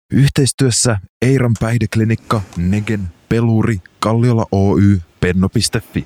Yhteistyössä Eiran päihdeklinikka, Negen, Peluri, Kalliola Oy, Penno.fi.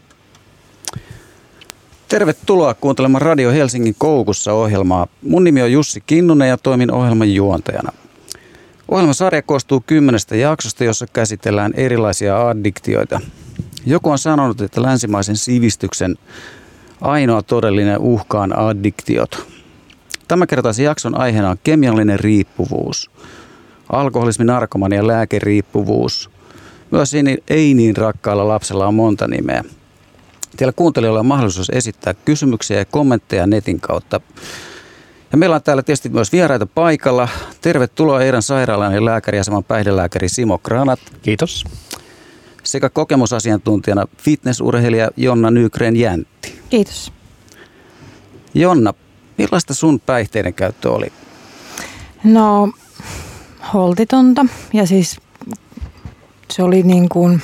Tervetuloa kuuntelemaan Radio Helsingin Koukussa -ohjelmaa. Mun nimi on Jussi Kinnunen ja toimin ohjelman juontajana. Ohjelmasarja koostuu 10 jaksosta, jossa käsitellään erilaisia addiktioita. Joku on sanonut, että länsimaisen sivistyksen ainoa todellinen uhka on addiktiot. Tämänkertaisen jakson aiheena on kemiallinen riippuvuus, alkoholismi, narkomania ja lääkeriippuvuus. Myös ei niin rakkaalla lapsella on monta nimeä. Teillä kuuntelijoilla on mahdollisuus esittää kysymyksiä ja kommentteja netin kautta. Ja meillä on täällä tietysti myös vieraita paikalla. Tervetuloa Eiran sairaalan ja lääkäriaseman päihdelääkäri Simo Granat. Kiitos. Sekä kokemusasiantuntijana fitnessurheilija Jonna Nygren-Jäntti. Kiitos. Jonna, millaista sun päihteiden käyttö oli? No, holtitonta ja siis se oli niin kuin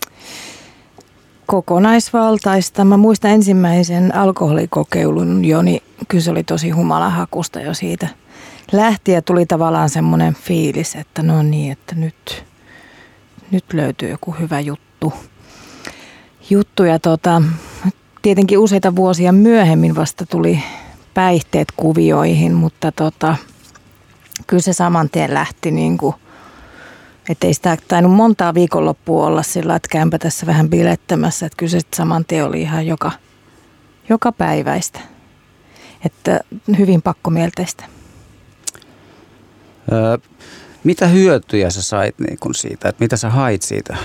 kokonaisvaltaista. Mä muistan ensimmäisen alkoholikokeilun jo, niin kyllä se oli tosi humalahakusta jo siitä lähti ja tuli tavallaan semmoinen fiilis, että no niin, että nyt löytyy joku hyvä juttu ja tietenkin useita vuosia myöhemmin vasta tuli päihteet kuvioihin, mutta kyllä se saman tien lähti niin kuin, ettei sitä tainnut montaa viikonloppua olla sillä, että käympä tässä vähän bilettämässä, että kyllä se saman tien oli ihan joka päiväistä, että hyvin pakkomielteistä. Mitä hyötyjä sä sait niin kun siitä, että mitä sä hait siitä?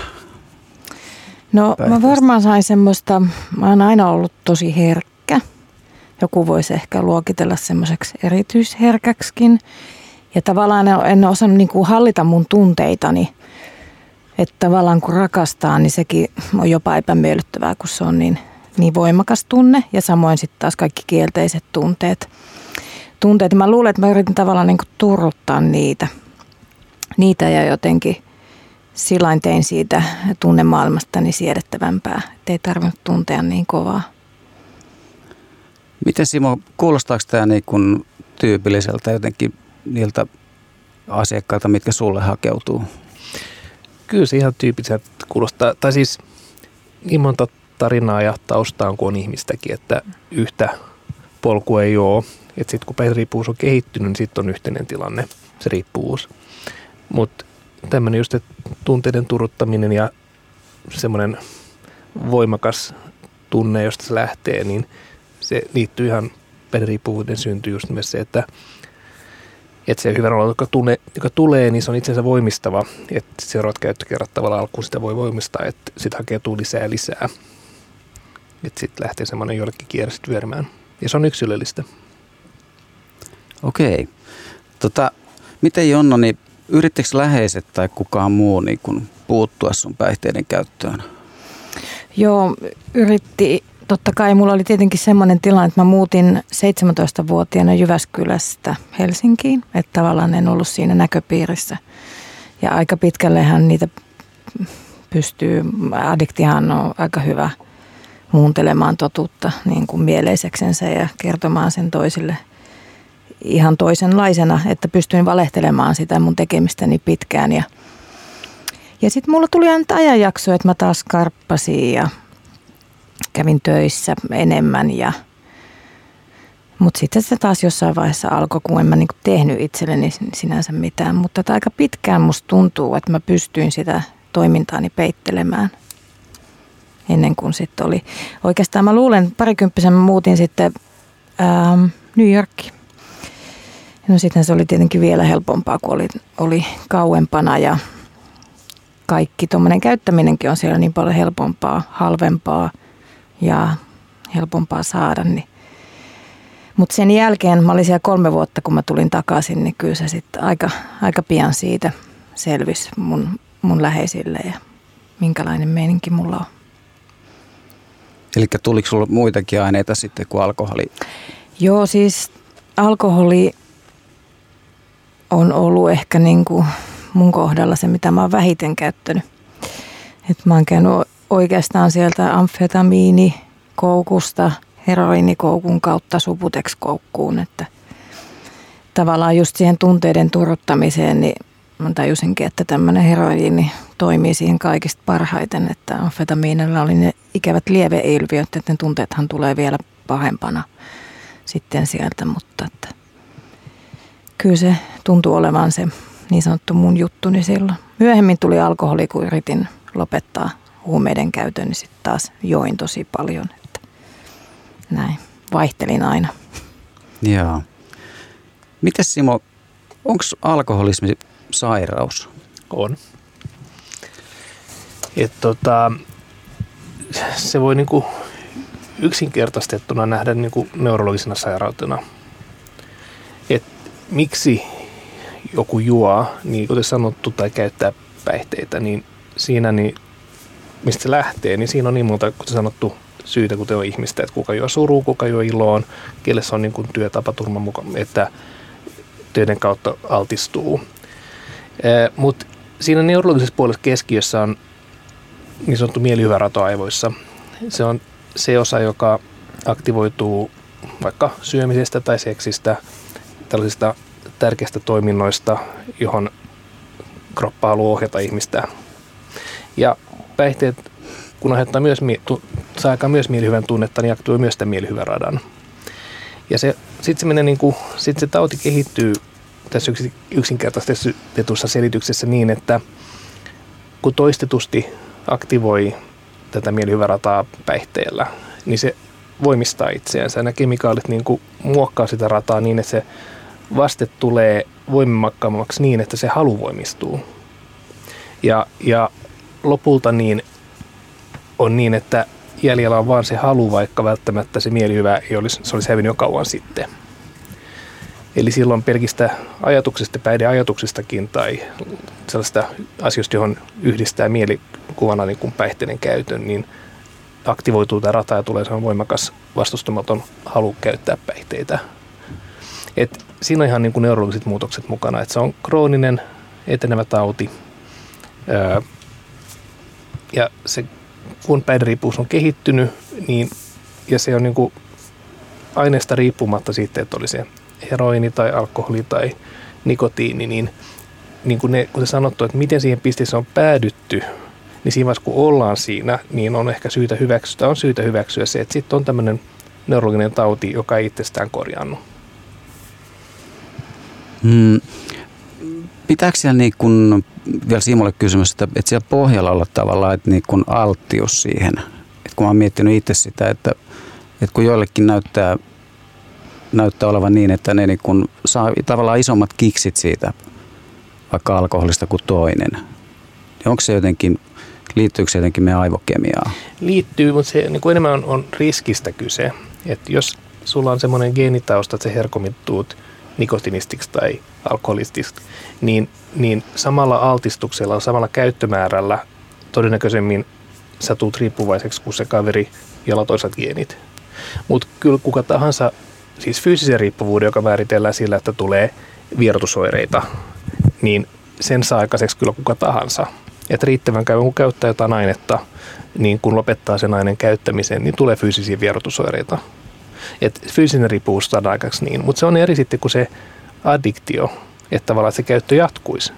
No mä varmaan sain semmoista, mä oon aina ollut tosi herkkä. Joku voisi ehkä luokitella semmoiseksi erityisherkäksikin. Ja tavallaan en osannut niin kuin hallita mun tunteitani. Että tavallaan kun rakastaa, niin sekin on jopa epämiellyttävää, kun se on niin voimakas tunne. Ja samoin sitten taas kaikki kielteiset tunteet. Mä luulen, että mä yritin tavallaan niin kuin turruttaa niitä ja jotenkin sillain tein siitä tunnemaailmastani siedettävämpää. Että ei tarvinnut tuntea niin kovaa. Miten Simo, kuulostaako tämä niin kuin tyypilliseltä jotenkin niiltä asiakkailta, mitkä sulle hakeutuu? Kyllä se ihan tyypilliseltä kuulostaa. Tai siis niin monta tarinaa ja taustaa kuin on ihmistäkin, että yhtä polkua ei ole. Että sitten kun päihderiippuvuus on kehittynyt, niin sitten on yhteinen tilanne, se riippuvuus. Mutta tämmöinen just, että tunteiden turruttaminen ja semmoinen voimakas tunne, josta se lähtee, niin se liittyy ihan päihderiippuvuuden syntyy just myös se, että se hyvän olo, joka tulee, niin se on itsensä voimistava. Että seuraavat käyttökerrat tavallaan alkuun sitä voi voimistaa, että sitten hakeutuu lisää. Että sitten lähtee semmoinen jollekin kierre sitten vyörimään. Ja se on yksilöllistä. Okei. Miten Jonna, niin yrittikö läheiset tai kukaan muu niin kun puuttua sun päihteiden käyttöön? Joo, yritti. Totta kai mulla oli tietenkin semmoinen tilanne, että mä muutin 17-vuotiaana Jyväskylästä Helsinkiin. Että tavallaan en ollut siinä näköpiirissä. Ja aika pitkällehän niitä pystyy, addiktihan on aika hyvä muuntelemaan totuutta niin kuin mieleiseksensä ja kertomaan sen toisille ihan toisenlaisena, että pystyin valehtelemaan sitä mun tekemistäni pitkään. Ja sitten mulla tuli aina ajanjakso, että mä taas karppasin ja kävin töissä enemmän. Mutta sitten se taas jossain vaiheessa alkoi, kun en mä niinku tehnyt itselleni sinänsä mitään. Mutta aika pitkään musta tuntuu, että mä pystyin sitä toimintaani peittelemään ennen kuin sitten oli. Oikeastaan mä luulen, parikymppisen mä muutin sitten New Yorkiin. No sitten se oli tietenkin vielä helpompaa, kun oli kauempana ja kaikki tuommoinen käyttäminenkin on siellä niin paljon helpompaa, halvempaa ja helpompaa saada. Niin. Mutta sen jälkeen, mä olin siellä 3 vuotta, kun mä tulin takaisin, niin kyllä se sitten aika pian siitä selvisi mun läheisille ja minkälainen meininki mulla on. Eli tuliko sulla muitakin aineita sitten kuin alkoholi? Joo, siis alkoholi on ollut ehkä niin kuin mun kohdalla se, mitä mä oon vähiten käyttänyt. Et mä oon käynyt oikeastaan sieltä amfetamiinikoukusta, heroiinikoukun kautta Subutex-koukkuun. Että tavallaan just siihen tunteiden turruttamiseen, niin mä tajusinkin, että tämmöinen heroiini toimii siihen kaikista parhaiten, että amfetamiinilla oli ne ikävät lieveilmiöt, että ne tunteethan tulee vielä pahempana sitten sieltä, mutta että kyllä se tuntuu olevan se niin sanottu mun juttuni silloin. Myöhemmin tuli alkoholi, kun yritin lopettaa huumeiden käytön, niin sitten taas join tosi paljon, että näin, vaihtelin aina. Joo. Mites Simo, onko alkoholismi sairaus? On. Se voi niinku yksinkertaistettuna nähdä niinku neurologisena sairautena. Et miksi joku juo, niin kuten sanottu, tai käyttää päihteitä, niin siinä, mistä se lähtee, niin siinä on niin monta, kuten sanottu, syitä, kuten on ihmistä, että kuka juo suruun, kuka juo iloon, kelle se on niin kuin työtapaturman mukaan, että töiden kautta altistuu. Mutta siinä neurologisessa puolessa keskiössä on niin sanottu mielihyvärato aivoissa. Se on se osa, joka aktivoituu vaikka syömisestä tai seksistä, tällaisista tärkeistä toiminnoista, johon kroppa haluaa ohjata ihmistä. Ja päihteet, kun aiheuttaa saa aikaan myös mielihyvän tunnetta, niin aktivoi myös tämän mielihyväradan. Ja sitten se tauti kehittyy tässä yksinkertaistetussa selityksessä niin, että kun toistetusti aktivoi tätä mielihyvärataa päihteellä, niin se voimistaa itseänsä. Nämä kemikaalit niin kuin muokkaa sitä rataa niin, että se vaste tulee voimakkaammaksi niin, että se halu voimistuu. Ja lopulta niin on niin, että jäljellä on vaan se halu, vaikka välttämättä se mielihyvä se olisi hävinnyt jo kauan sitten. Eli silloin pelkistä ajatuksista, päihdeajatuksistakin tai sellaista asioista, johon yhdistää mielikuvana niin kuin päihteiden käytön, niin aktivoituu tämä rata ja tulee sellainen voimakas vastustamaton halu käyttää päihteitä. Et siinä on ihan niin kuin neurologiset muutokset mukana, että se on krooninen etenevä tauti. Ja se, kun päihderiippuvuus on kehittynyt, niin, ja se on niin kuin aineesta riippumatta siitä, että oli se heroini tai alkoholi tai nikotiini, niin kuin kuten sanottu, että miten siihen pisteeseen on päädytty, niin siinä vaiheessa kun ollaan siinä, niin on ehkä syytä hyväksyä se, että sitten on tämmöinen neurologinen tauti, joka ei itsestään korjannut. Pitääkö siellä niin kun, vielä Simolle kysymys, että siellä pohjalla olla tavallaan että niin kun alttius siihen? Et kun mä oon miettinyt itse sitä, että kun joillekin näyttää olevan niin, että ne niin kun saa tavallaan isommat kiksit siitä vaikka alkoholista kuin toinen. Onko se jotenkin, liittyykö se jotenkin meidän aivokemiaan? Liittyy, mutta se niin kuin enemmän on riskistä kyse. Että jos sulla on semmoinen geenitausta, että sä herkomittuut nikotinistiksi tai alkoholistiksi, niin samalla altistuksella, samalla käyttömäärällä todennäköisemmin sä tulet riippuvaiseksi kuin se kaveri, jolla on toisaalta geenit. Mutta kyllä kuka tahansa, siis fyysisen riippuvuuden, joka määritellään sillä, että tulee vierotusoireita, niin sen saa aikaiseksi kyllä kuka tahansa. Että riittävän kauan kun käyttää jotain ainetta, niin kun lopettaa sen aineen käyttämisen, niin tulee fyysisiä vierotusoireita. Et fyysinen riippuvuus saadaan aikaksi niin, mutta se on eri sitten kuin se addiktio, että tavallaan se käyttö jatkuisi.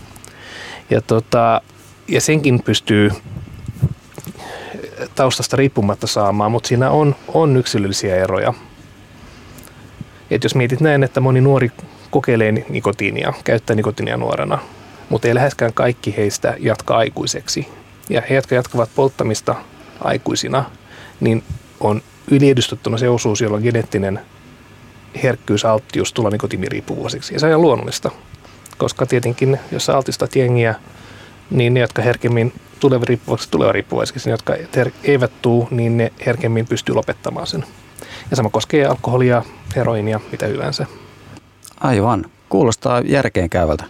Ja senkin pystyy taustasta riippumatta saamaan, mutta siinä on yksilöllisiä eroja. Et jos mietit näin, että moni nuori kokeilee nikotiinia, käyttää nikotiinia nuorena, mutta ei läheskään kaikki heistä jatka aikuiseksi. Ja he, jotka jatkavat polttamista aikuisina, niin on yliedustettuna se osuus, jolla on geneettinen herkkyys, alttius tulla nikotiiniriippuvuosiksi. Ja se on ihan luonnollista, koska tietenkin, jos sä altistat jengiä, niin ne, jotka herkemmin tulevat riippuvaisiksi, ne, jotka eivät tule, niin ne herkemmin pystyy lopettamaan sen. Ja sama koskee alkoholia, heroinia, mitä hyvänsä. Aivan. Kuulostaa järkeenkäyvältä.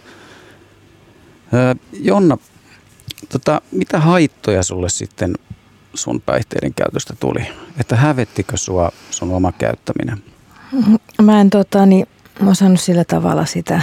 Jonna, mitä haittoja sulle sitten sun päihteiden käytöstä tuli? Että hävettikö sua sun oma käyttäminen? Mä en osannut sillä tavalla sitä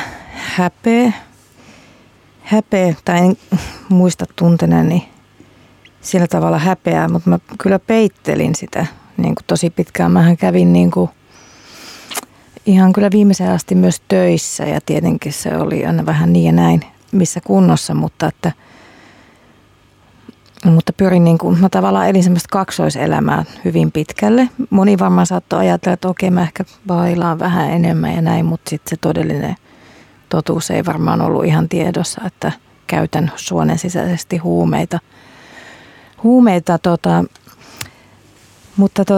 häpeä tai en muista tunteneeni sillä tavalla häpeää, mutta mä kyllä peittelin sitä niin kuin tosi pitkään. Mähän kävin niin kuin ihan kyllä viimeiseen asti myös töissä ja tietenkin se oli aina vähän niin ja näin. missä kunnossa, mutta pyrin niin kuin, mä tavallaan elin semmoista kaksoiselämää hyvin pitkälle. Moni varmaan saattoi ajatella, että okei, mä ehkä bailaan vähän enemmän ja näin, mutta sitten se todellinen totuus ei varmaan ollut ihan tiedossa, että käytän suonen sisäisesti huumeita. Mutta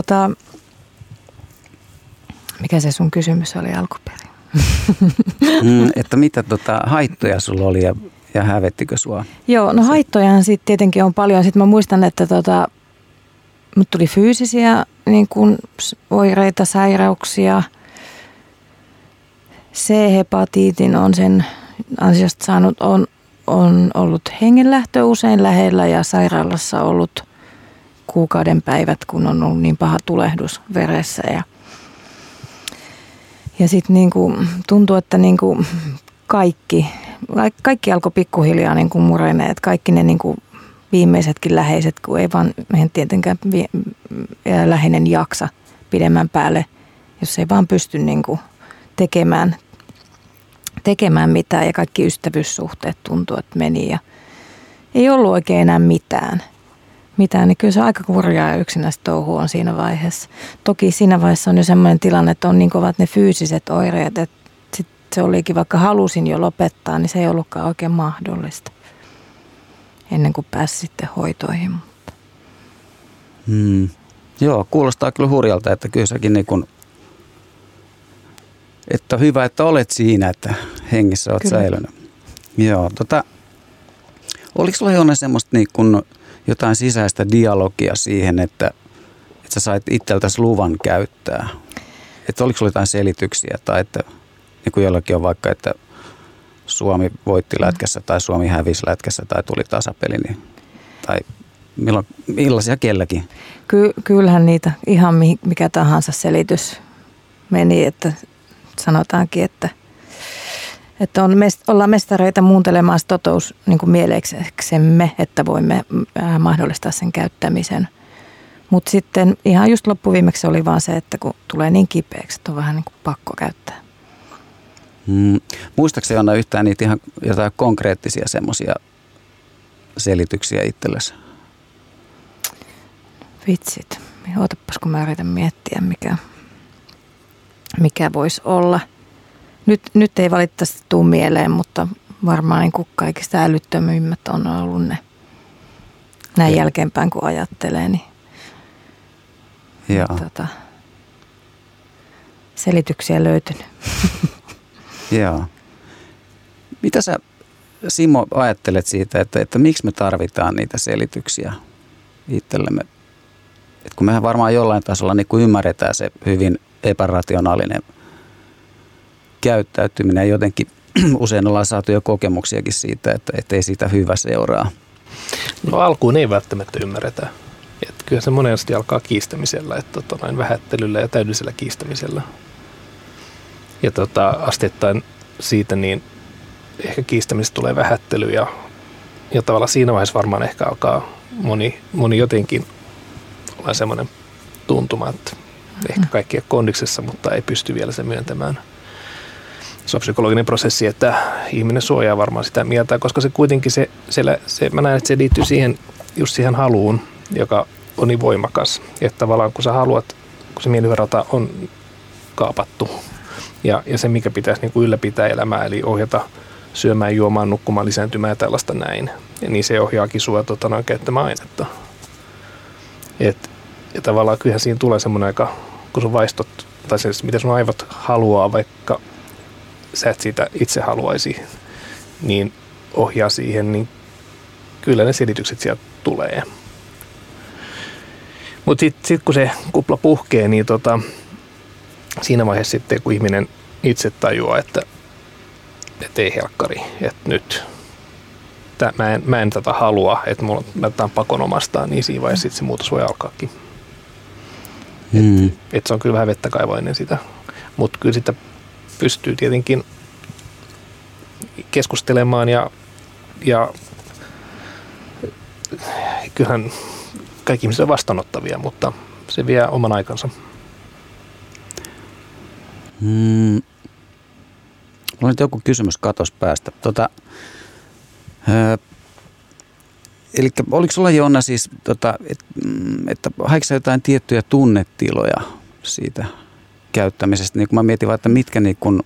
mikä se sun kysymys oli alkuperin? Että mitä haittoja sulla oli ja hävettikö sua? Joo, no haittojahan sitten tietenkin on paljon. Sitten mä muistan, että mut tuli fyysisiä niin kuin oireita, sairauksia. C-hepatiitin on sen ansiosta saanut, on ollut hengenlähtö usein lähellä ja sairaalassa ollut kuukauden päivät, kun on ollut niin paha tulehdus veressä. Ja sitten niinku tuntuu, että niinku kaikki alkoi pikkuhiljaa niinku murenee, että kaikki ne niinku viimeisetkin läheiset, kun ei vaan tietenkään läheinen jaksa pidemmän päälle, jos ei vaan pysty niinku tekemään mitään ja kaikki ystävyyssuhteet tuntuu, että meni ja ei ollut oikein enää mitään, niin kyllä se aika kurjaa ja yksinäistä touhua on siinä vaiheessa. Toki siinä vaiheessa on jo semmoinen tilanne, että on niin kovat ne fyysiset oireet, että sit se olikin, vaikka halusin jo lopettaa, niin se ei ollutkaan oikein mahdollista ennen kuin pääsi sitten hoitoihin. Joo, kuulostaa kyllä hurjalta, että kyllä säkin niin kuin, että hyvä, että olet siinä, että hengissä olet säilynyt. Joo, oliko sulla Joona semmoista niin kuin jotain sisäistä dialogia siihen, että sä sait itseltäsi luvan käyttää? Että oliko sulla jotain selityksiä tai että niin kuin jollakin on vaikka, että Suomi voitti lätkässä tai Suomi hävisi lätkässä tai tuli tasapeli, niin, tai millaisia kelläkin? Kyllähän niitä ihan mikä tahansa selitys meni, että sanotaankin, että ollaan mestareita muuntelemaan totuus niin kuin mieleksemme, että voimme mahdollistaa sen käyttämisen. Mutta sitten ihan just loppuviimeksi oli vaan se, että kun tulee niin kipeäksi, että on vähän niin kuin pakko käyttää. Muistaakseni Joona yhtään niitä ihan jotain konkreettisia semmoisia selityksiä itsellesi? Vitsit. Ootapas, kun mä yritän miettiä, mikä voisi olla. Nyt ei valitettavasti tule mieleen, mutta varmaan niin kuin kaikista älyttömimmät on ollut ne näin jälkeenpäin, kun ajattelee. Niin selityksiä löytynyt. Joo. Mitä sä, Simo, ajattelet siitä, että miksi me tarvitaan niitä selityksiä itsellemme? Et kun mehän varmaan jollain tasolla niin kuin ymmärretään se hyvin epärationaalinen käyttäytyminen. Jotenkin usein ollaan saatu jo kokemuksiakin siitä, että ei siitä hyvä seuraa. No alkuun ei välttämättä ymmärretä. Että kyllä se monesti alkaa kiistämisellä, että vähättelyllä ja täydellisellä kiistämisellä. Ja asteittain siitä niin ehkä kiistämisestä tulee vähättely ja tavallaan siinä vaiheessa varmaan ehkä alkaa moni jotenkin olla semmoinen tuntuma, että ehkä kaikki on kondiksessa, mutta ei pysty vielä sen myöntämään. Se on psykologinen prosessi, että ihminen suojaa varmaan sitä mieltä, koska se kuitenkin mä näen, että se liittyy just siihen haluun, joka on niin voimakas. Että tavallaan kun sä haluat, kun se mielihyvärata on kaapattu ja se mikä pitäisi niin kuin ylläpitää elämää, eli ohjata syömään, juomaan, nukkumaan, lisääntymään ja tällaista näin, ja niin se ohjaakin sua käyttämään ainetta. Ja tavallaan kyllähän siinä tulee semmoinen aika, kun sun vaistot, tai se, mitä sun aivot haluaa, vaikka sä et siitä itse haluaisi, niin ohjaa siihen, niin kyllä ne selitykset sieltä tulee. Mutta sitten kun se kupla puhkee, niin siinä vaiheessa sitten, kun ihminen itse tajuaa, että ei helkkari, että nyt mä en tätä halua, että mä otan pakon omastaan, niin siinä vaiheessa sitten se muutos voi alkaakin. Että se on kyllä vähän vettä kaivaa ennen sitä, mutta kyllä sitä pystyy tietenkin keskustelemaan ja kyllähän kaikki ihmiset on vastaanottavia, mutta se vie oman aikansa. Mulla on nyt joku kysymys katos päästä. Eli oliko sulla, Joonna, siis, että haiko sä jotain tiettyjä tunnetiloja siitä käyttämisestä? Niin kun mä mietin vaan, että mitkä niin kun,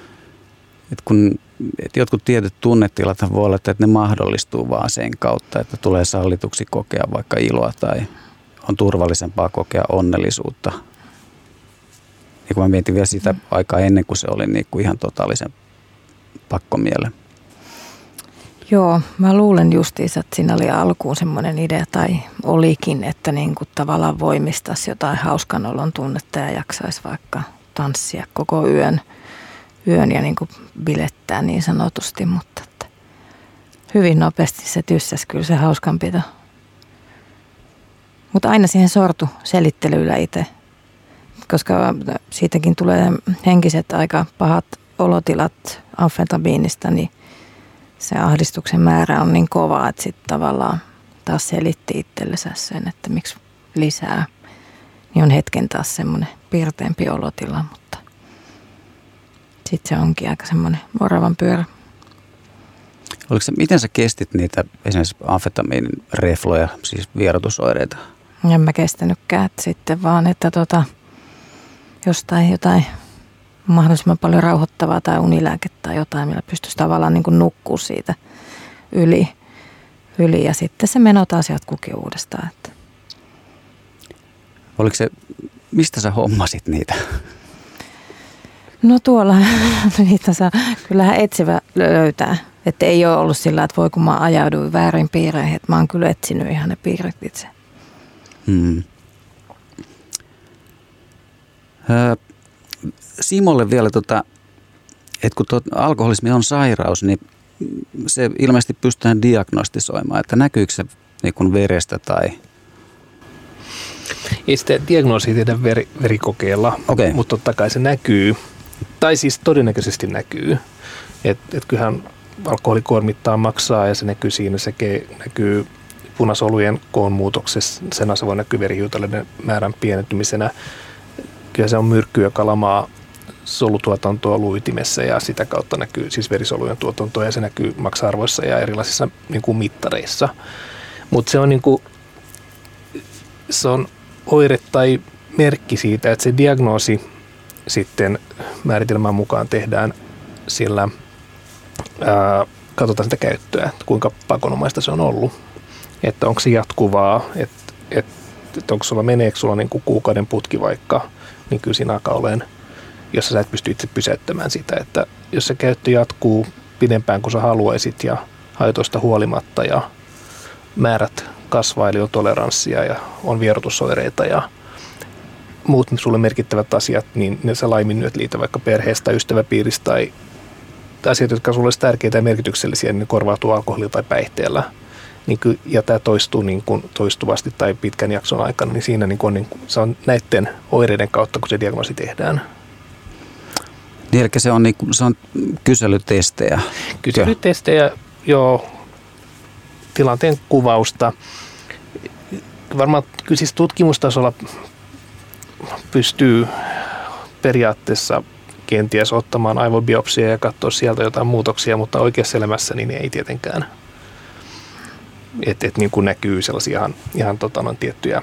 että jotkut tietyt tunnetilat voi olla, että ne mahdollistuu vaan sen kautta, että tulee sallituksi kokea vaikka iloa tai on turvallisempaa kokea onnellisuutta. Ja kun mä mietin vielä sitä aikaa ennen kuin se oli niin kuin ihan totaalisen pakkomielle. Joo, mä luulen justiinsa, että siinä oli alkuun semmoinen idea tai olikin, että niin kuin tavallaan voimistaisi jotain hauskan olon tunnetta ja jaksaisi vaikka tanssia koko yön ja niin kuin bilettää niin sanotusti, mutta että hyvin nopeasti se tyssäsi kyllä se hauskanpito. Mutta aina siihen sortu selittelyllä itse, koska siitäkin tulee henkiset aika pahat olotilat amfetamiinista, niin se ahdistuksen määrä on niin kova, että sitten tavallaan taas selitti itsellensä sen, että miksi lisää. Niin on hetken taas semmoinen pirteempi olotila, mutta sitten se onkin aika semmoinen oravan pyörä. Miten sä kestit niitä esimerkiksi amfetamiinin refloja, siis vierotusoireita? En mä kestänytkään, että sitten vaan, että jostain jotain mahdollisimman paljon rauhoittavaa tai unilääkettä tai jotain, millä pystyisi tavallaan niin kuin nukkua siitä yli ja sitten se meno taas jatkuukin uudestaan. Että. Oliko se, mistä sä hommasit niitä? No tuolla niitä saa kyllähän etsivä löytää. Että ei ole ollut sillä, että voi kun mä ajauduin väärin piireihin, että mä oon kyllä etsinyt ihan ne piirit itse. Simolle vielä, että kun alkoholismi on sairaus, niin se ilmeisesti pystytään diagnostisoimaan, että näkyykö se niin kuin verestä tai... Ei sitä diagnoosia tehdä verikokeella, okay. Mutta totta kai se näkyy, tai siis todennäköisesti näkyy, että kyllähän alkoholi kuormittaa maksaa ja se näkyy siinä, se näkyy punasolujen koon muutoksessa, sen se voi näkyä verihiutaleiden määrän pienentymisenä. Kyllä se on myrkky, joka lamaa solutuotantoa luuitimessä ja sitä kautta näkyy siis verisolujen tuotantoa ja se näkyy maksa-arvoissa ja erilaisissa niin kuin mittareissa. Mutta se on, niin kuin, se on oire tai merkki siitä, että se diagnoosi sitten määritelmän mukaan tehdään sillä, katsotaan sitä käyttöä, että kuinka pakonomaista se on ollut. Että onko se jatkuvaa, että onko sulla, meneekö sulla niin kuin kuukauden putki vaikka, niin kyllä siinä alkaa olemaan, jos sä et pysty itse pysäyttämään sitä, että jos se käyttö jatkuu pidempään kuin sä haluaisit ja haitoista huolimatta ja määrät kasvaa, eli on toleranssia ja on vierotusoireita ja muut sulle merkittävät asiat, niin ne sä laiminlyöt liitä vaikka perheestä, ystäväpiiristä tai asiat, jotka on sulle tärkeitä ja merkityksellisiä, niin ne korvautuu alkoholilla tai päihteellä. Niin kuin, ja tämä toistuu niin kuin toistuvasti tai pitkän jakson aikana, niin siinä niin kuin on, niin kuin, se on näiden oireiden kautta, kun se diagnoosi tehdään. Niin, eli se on, niin kuin, se on kyselytestejä. Kyselytestejä, joo, tilanteen kuvausta. Varmaan kyllä siis tutkimustasolla pystyy periaatteessa kenties ottamaan aivobiopsia ja katsoa sieltä jotain muutoksia, mutta oikeassa elämässä niin ei tietenkään. Että niin kuin näkyy sellaisia ihan tiettyjä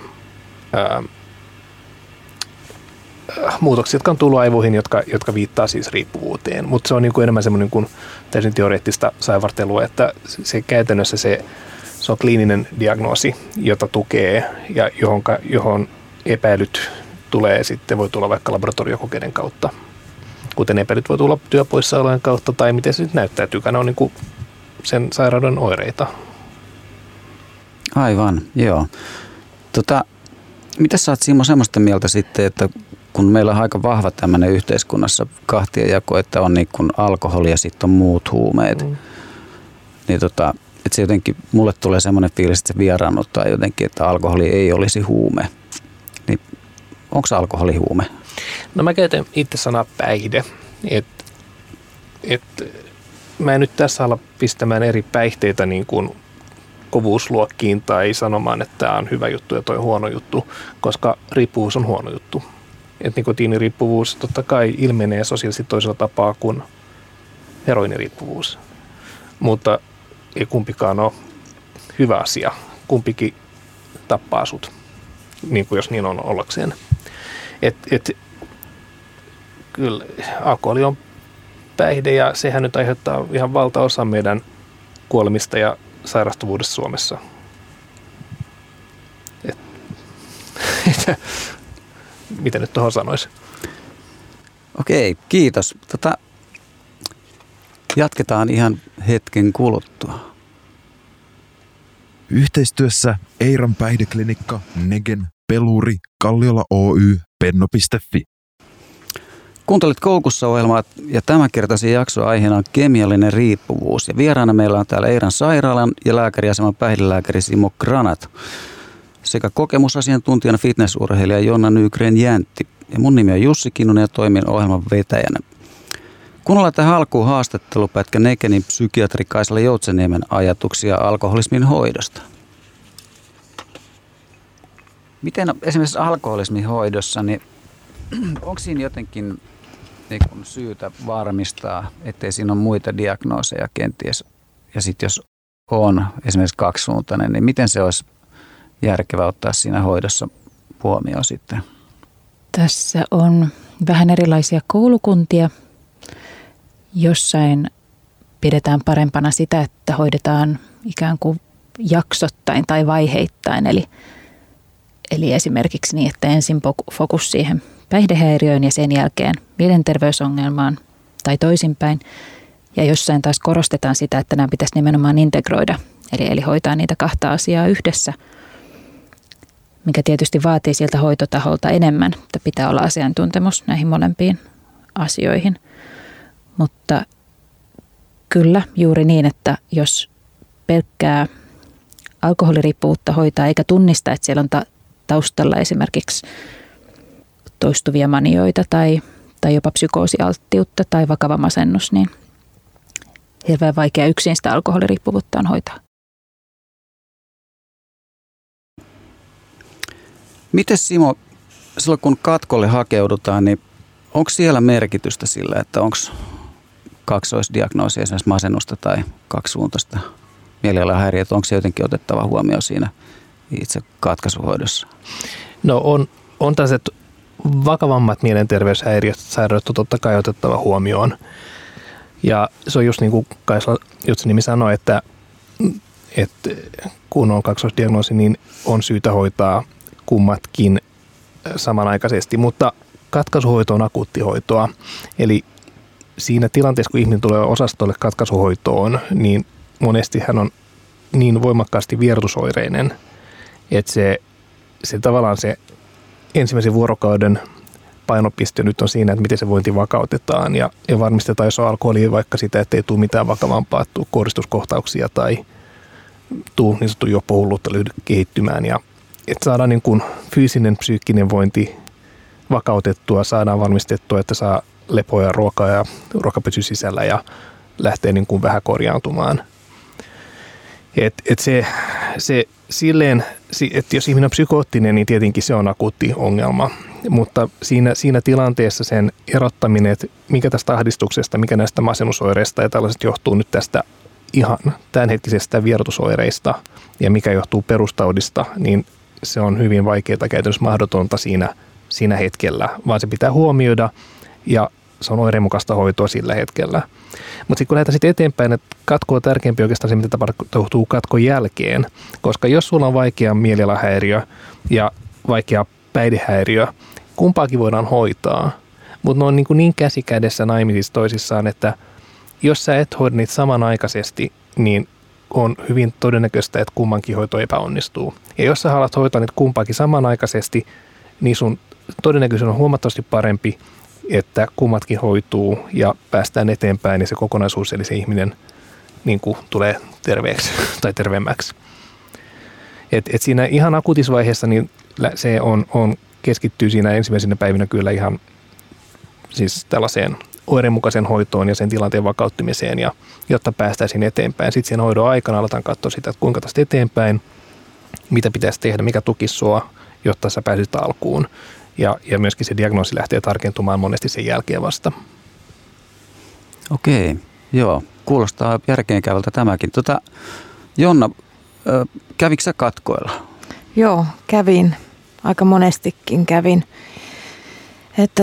muutoksia, jotka on tullut aivoihin, jotka viittaa siis riippuvuuteen. Mutta se on niin kuin enemmän semmoinen kuin täysin teoreettista saivartelua, että se käytännössä se on kliininen diagnoosi, jota tukee ja johon epäilyt tulee sitten, voi tulla vaikka laboratoriokokeiden kautta. Kuten epäilyt voi tulla työpoissaolojen kautta tai miten se nyt näyttäytyykään, ne on niin kuin sen sairauden oireita. Aivan, joo. Mitä sä oot, Simo, semmoista mieltä sitten, että kun meillä on aika vahva tämmöinen yhteiskunnassa kahtiajako, että on niin kuin alkoholi ja sitten on muut huumeet, niin että se jotenkin, mulle tulee semmoinen fiilis, että se vieraannuttaa jotenkin, että alkoholi ei olisi huume. Niin onko alkoholi huume? No mä käytän itse sanaa päihde, mä en nyt tässä ala pistämään eri päihteitä niin kuin kovuusluokkiin tai sanomaan, että tämä on hyvä juttu ja toi on huono juttu, koska riippuvuus on huono juttu. Että nikotiiniriippuvuus totta kai ilmenee sosiaalisesti toisella tapaa kuin heroiniriippuvuus. Mutta ei kumpikaan ole hyvä asia. Kumpikin tappaa sut, niin kuin jos niin on ollakseen. Kyllä alkoholi on päihde ja sehän nyt aiheuttaa ihan valtaosa meidän kuolemista ja sairastuvuudesta Suomessa. Mitä nyt tuohon sanoisi? Okei, kiitos. Jatketaan ihan hetken kuluttua. Yhteistyössä Eiran päihdeklinikka, Negen, Peluri, Kalliola Oy, Penno.fi. Kuuntelit Koukussa-ohjelmaa ja tämänkertaisen jakson aiheena on kemiallinen riippuvuus. Ja vieraana meillä on täällä Eiran sairaalan ja lääkäriaseman päihdelääkäri Simo Granat sekä kokemusasiantuntijana fitnessurheilija Jonna Nygren-Jäntti. Ja mun nimi on Jussi Kinnunen ja toimin ohjelman vetäjänä. Kuunnellaan tähän alkuun haastattelupätkä Negenin psykiatri Kaisala Joutseniemen ajatuksia alkoholismin hoidosta. Miten esimerkiksi alkoholismin hoidossa, niin onko siinä jotenkin niin kun syytä varmistaa, ettei siinä ole muita diagnooseja kenties? Ja sitten jos on esimerkiksi kaksisuuntainen, niin miten se olisi järkevää ottaa siinä hoidossa huomioon sitten? Tässä on vähän erilaisia koulukuntia. Jossain pidetään parempana sitä, että hoidetaan ikään kuin jaksottain tai vaiheittain. Eli esimerkiksi niin, että ensin fokus siihen päihdehäiriöön ja sen jälkeen mielenterveysongelmaan tai toisinpäin. Ja jossain taas korostetaan sitä, että nämä pitäisi nimenomaan integroida, eli hoitaa niitä kahta asiaa yhdessä, mikä tietysti vaatii siltä hoitotaholta enemmän, että pitää olla asiantuntemus näihin molempiin asioihin. Mutta kyllä juuri niin, että jos pelkkää alkoholiriippuvuutta hoitaa eikä tunnista, että siellä on taustalla esimerkiksi toistuvia manioita tai jopa psykoosialttiutta tai vakava masennus, niin hirveän vaikea yksin sitä alkoholiriippuvuutta on hoitaa. Miten Simo, silloin kun katkolle hakeudutaan, niin onko siellä merkitystä sillä, että onko kaksoisdiagnoosia, esimerkiksi masennusta tai kaksisuuntaista mielialahäiriötä, onko se jotenkin otettava huomioon siinä itse katkaisuhoidossa? No on tällaiset vakavammat mielenterveyshäiriöt, sairaudet on totta kai otettava huomioon. Ja se on just niin kuin Kaisala Joutseniemi sanoi, että kun on kaksoisdiagnoosi, niin on syytä hoitaa kummatkin samanaikaisesti, mutta katkaisuhoito on akuuttihoitoa. Eli siinä tilanteessa, kun ihminen tulee osastolle katkaisuhoitoon, niin monesti hän on niin voimakkaasti vierotusoireinen, että se tavallaan se ensimmäisen vuorokauden painopiste nyt on siinä, että miten se vointi vakautetaan ja varmistetaan, jos on alkoholia, vaikka sitä, että ei tule mitään vakavampaa, tule koristuskohtauksia tai tule niin sanottu juoppohulluutta kehittymään. Ja että saadaan niin kuin fyysinen, psyykkinen vointi vakautettua, saadaan varmistettua, että saa lepoa ja ruokaa ja ruoka pysyy sisällä ja lähtee niin kuin vähän korjaantumaan. Se silleen, että jos ihminen on psykoottinen, niin tietenkin se on akuutti ongelma. Mutta siinä tilanteessa sen erottaminen, että mikä tästä ahdistuksesta, mikä näistä masennusoireista ja tällaiset johtuu nyt tästä ihan tämänhetkisestä vierotusoireista ja mikä johtuu perustaudista, niin se on hyvin vaikeaa, käytännössä mahdotonta siinä hetkellä, vaan se pitää huomioida ja se on oireenmukaista hoitoa sillä hetkellä. Mutta sitten kun lähdetään eteenpäin, että katko on tärkeämpi oikeastaan se, mitä tapahtuu katkon jälkeen, koska jos sulla on vaikea mielialahäiriö ja vaikea päihdehäiriö, kumpaakin voidaan hoitaa, mutta ne on niin käsikädessä naimisissa toisissaan, että jos sä et hoida niitä samanaikaisesti, niin on hyvin todennäköistä, että kummankin hoito epäonnistuu. Ja jos sä haluat hoitaa niitä kumpaakin samanaikaisesti, niin sun todennäköisyys on huomattavasti parempi, että kummatkin hoituu ja päästään eteenpäin ja se kokonaisuus, eli se ihminen niin kuin tulee terveeksi tai terveemmäksi. Et siinä ihan akuutisvaiheessa niin se on keskittyy siinä ensimmäisenä päivinä kyllä ihan siis tällaiseen oireenmukaisen hoitoon ja sen tilanteen vakauttamiseen, ja jotta päästäisiin eteenpäin. Sitten sen hoidon aikana aletaan katsoa sitä, että kuinka tästä eteenpäin, mitä pitäisi tehdä, mikä tukisi sua, jotta sä pääsit alkuun. Ja myöskin se diagnoosi lähtee tarkentumaan monesti sen jälkeen vasta. Okei, joo. kuulostaa järkeenkäyvältä tämäkin. Jonna, kävikö sä katkoilla? Joo, kävin. Aika monestikin kävin. Että